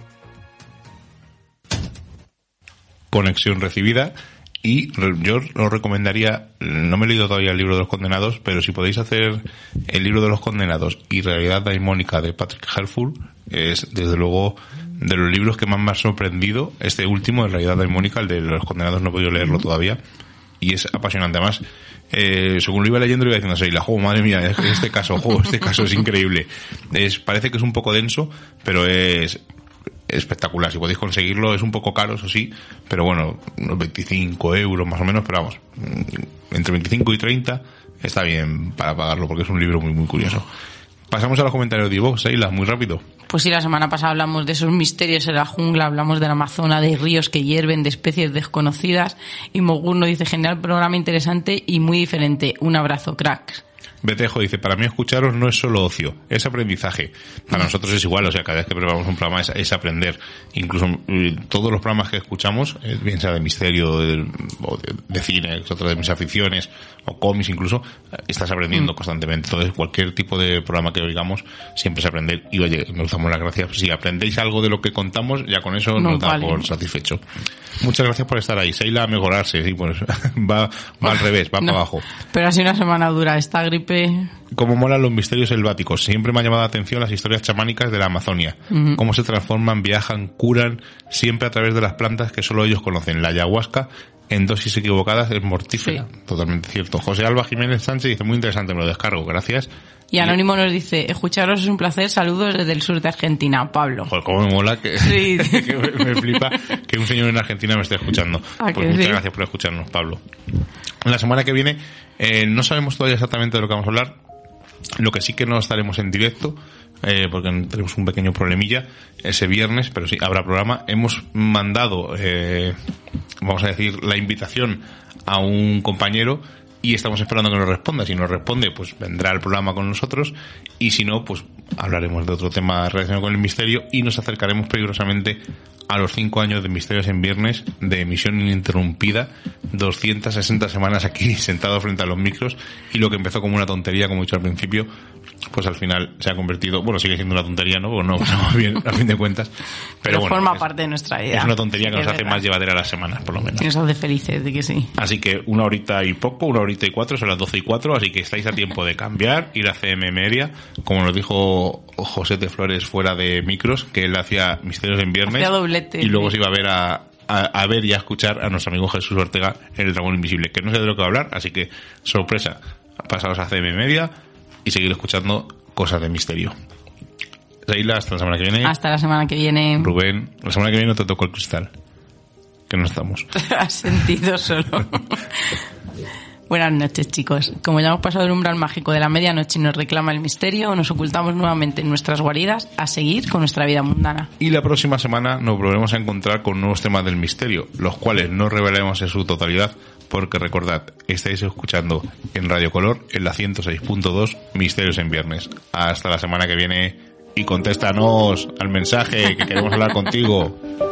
Conexión recibida. Y yo os recomendaría, no me he leído todavía el libro de los condenados, pero si podéis hacer el libro de los condenados y Realidad Daimónica de Patrick Helfur, es desde luego de los libros que más me ha sorprendido. Este último, de Realidad Daimónica, el de los condenados, no he podido leerlo todavía, y es apasionante. Además, eh, según lo iba leyendo, lo iba diciendo así, la juego, madre mía, este caso, juego, este caso es increíble. Es, parece que es un poco denso, pero es espectacular. Si podéis conseguirlo, es un poco caro, eso sí, pero bueno, unos veinticinco euros más o menos, pero vamos, entre veinticinco y treinta está bien para pagarlo, porque es un libro muy muy curioso. Pasamos a los comentarios de iVoox, Seila, muy rápido. Pues sí, la semana pasada hablamos de esos misterios en la jungla, hablamos de la Amazona, de ríos que hierven, de especies desconocidas, y Mogur nos dice, genial programa, interesante y muy diferente. Un abrazo, cracks. Betejo dice, para mí escucharos no es solo ocio, es aprendizaje. Para nosotros es igual, o sea, cada vez que preparamos un programa es, es aprender. Incluso eh, todos los programas que escuchamos, eh, bien sea de misterio de, o de, de cine, que es otra de mis aficiones, o cómics incluso, eh, estás aprendiendo mm. constantemente. Entonces, cualquier tipo de programa que oigamos, siempre es aprender. Y oye, nos damos las gracias. Si aprendéis algo de lo que contamos, ya con eso no, nos da vale. por satisfecho. Muchas gracias por estar ahí. Seila a mejorarse, sí, pues va, va al revés, va no, para abajo. Pero así una semana dura, esta gripe. Cómo molan los misterios selváticos. Siempre me ha llamado la atención las historias chamánicas de la Amazonia. Uh-huh. Cómo se transforman, viajan, curan, siempre a través de las plantas que solo ellos conocen. La ayahuasca en dosis equivocadas es mortífera. Sí. Totalmente cierto. José Alba Jiménez Sánchez dice, muy interesante, me lo descargo, gracias. Y Anónimo nos dice, escucharos es un placer, saludos desde el sur de Argentina, Pablo. Joder, cómo me mola que, Sí. que me, me flipa que un señor en Argentina me esté escuchando. ¿A Pues que muchas sí? gracias por escucharnos, Pablo. La semana que viene eh, no sabemos todavía exactamente de lo que vamos a hablar. Lo que sí que no estaremos en directo, eh, porque tenemos un pequeño problemilla ese viernes, pero sí, habrá programa. Hemos mandado, eh, vamos a decir, la invitación a un compañero y estamos esperando que nos responda. Si nos responde, pues vendrá el programa con nosotros, y si no, pues hablaremos de otro tema relacionado con el misterio y nos acercaremos peligrosamente a los cinco años de Misterios en Viernes, de emisión ininterrumpida, doscientas sesenta semanas aquí sentado frente a los micros, y lo que empezó como una tontería, como he dicho al principio, pues al final se ha convertido, bueno, sigue siendo una tontería, ¿no? Pues no pasamos bien a fin de cuentas, pero, Pero bueno, forma es, parte de nuestra vida. es una tontería que Sí, nos es hace verdad. más llevadera las semanas, por lo menos. Y nos hace felices de que sí. Así que una horita y poco, una horita y cuatro, son las doce y cuatro, así que estáis a tiempo de cambiar, ir a C M Media, como nos dijo José de Flores fuera de micros, que él hacía Misterios en Viernes, Hacía doblete, y luego sí. se iba a ver a, a, a ver y a escuchar a nuestro amigo Jesús Ortega en El Dragón Invisible, que no sé de lo que va a hablar, así que sorpresa, pasaos a C M Media y seguir escuchando cosas de misterio. Seila, hasta la semana que viene. Hasta la semana que viene. Rubén, la semana que viene no te toco el cristal, que no estamos. Has sentido solo. Buenas noches, chicos. Como ya hemos pasado el umbral mágico de la medianoche y nos reclama el misterio, nos ocultamos nuevamente en nuestras guaridas a seguir con nuestra vida mundana. Y la próxima semana nos volveremos a encontrar con nuevos temas del misterio, los cuales no revelaremos en su totalidad, porque recordad, estáis escuchando en Radio Color, en la ciento seis punto dos, Misterios en Viernes. Hasta la semana que viene, y contéstanos al mensaje, que queremos hablar contigo.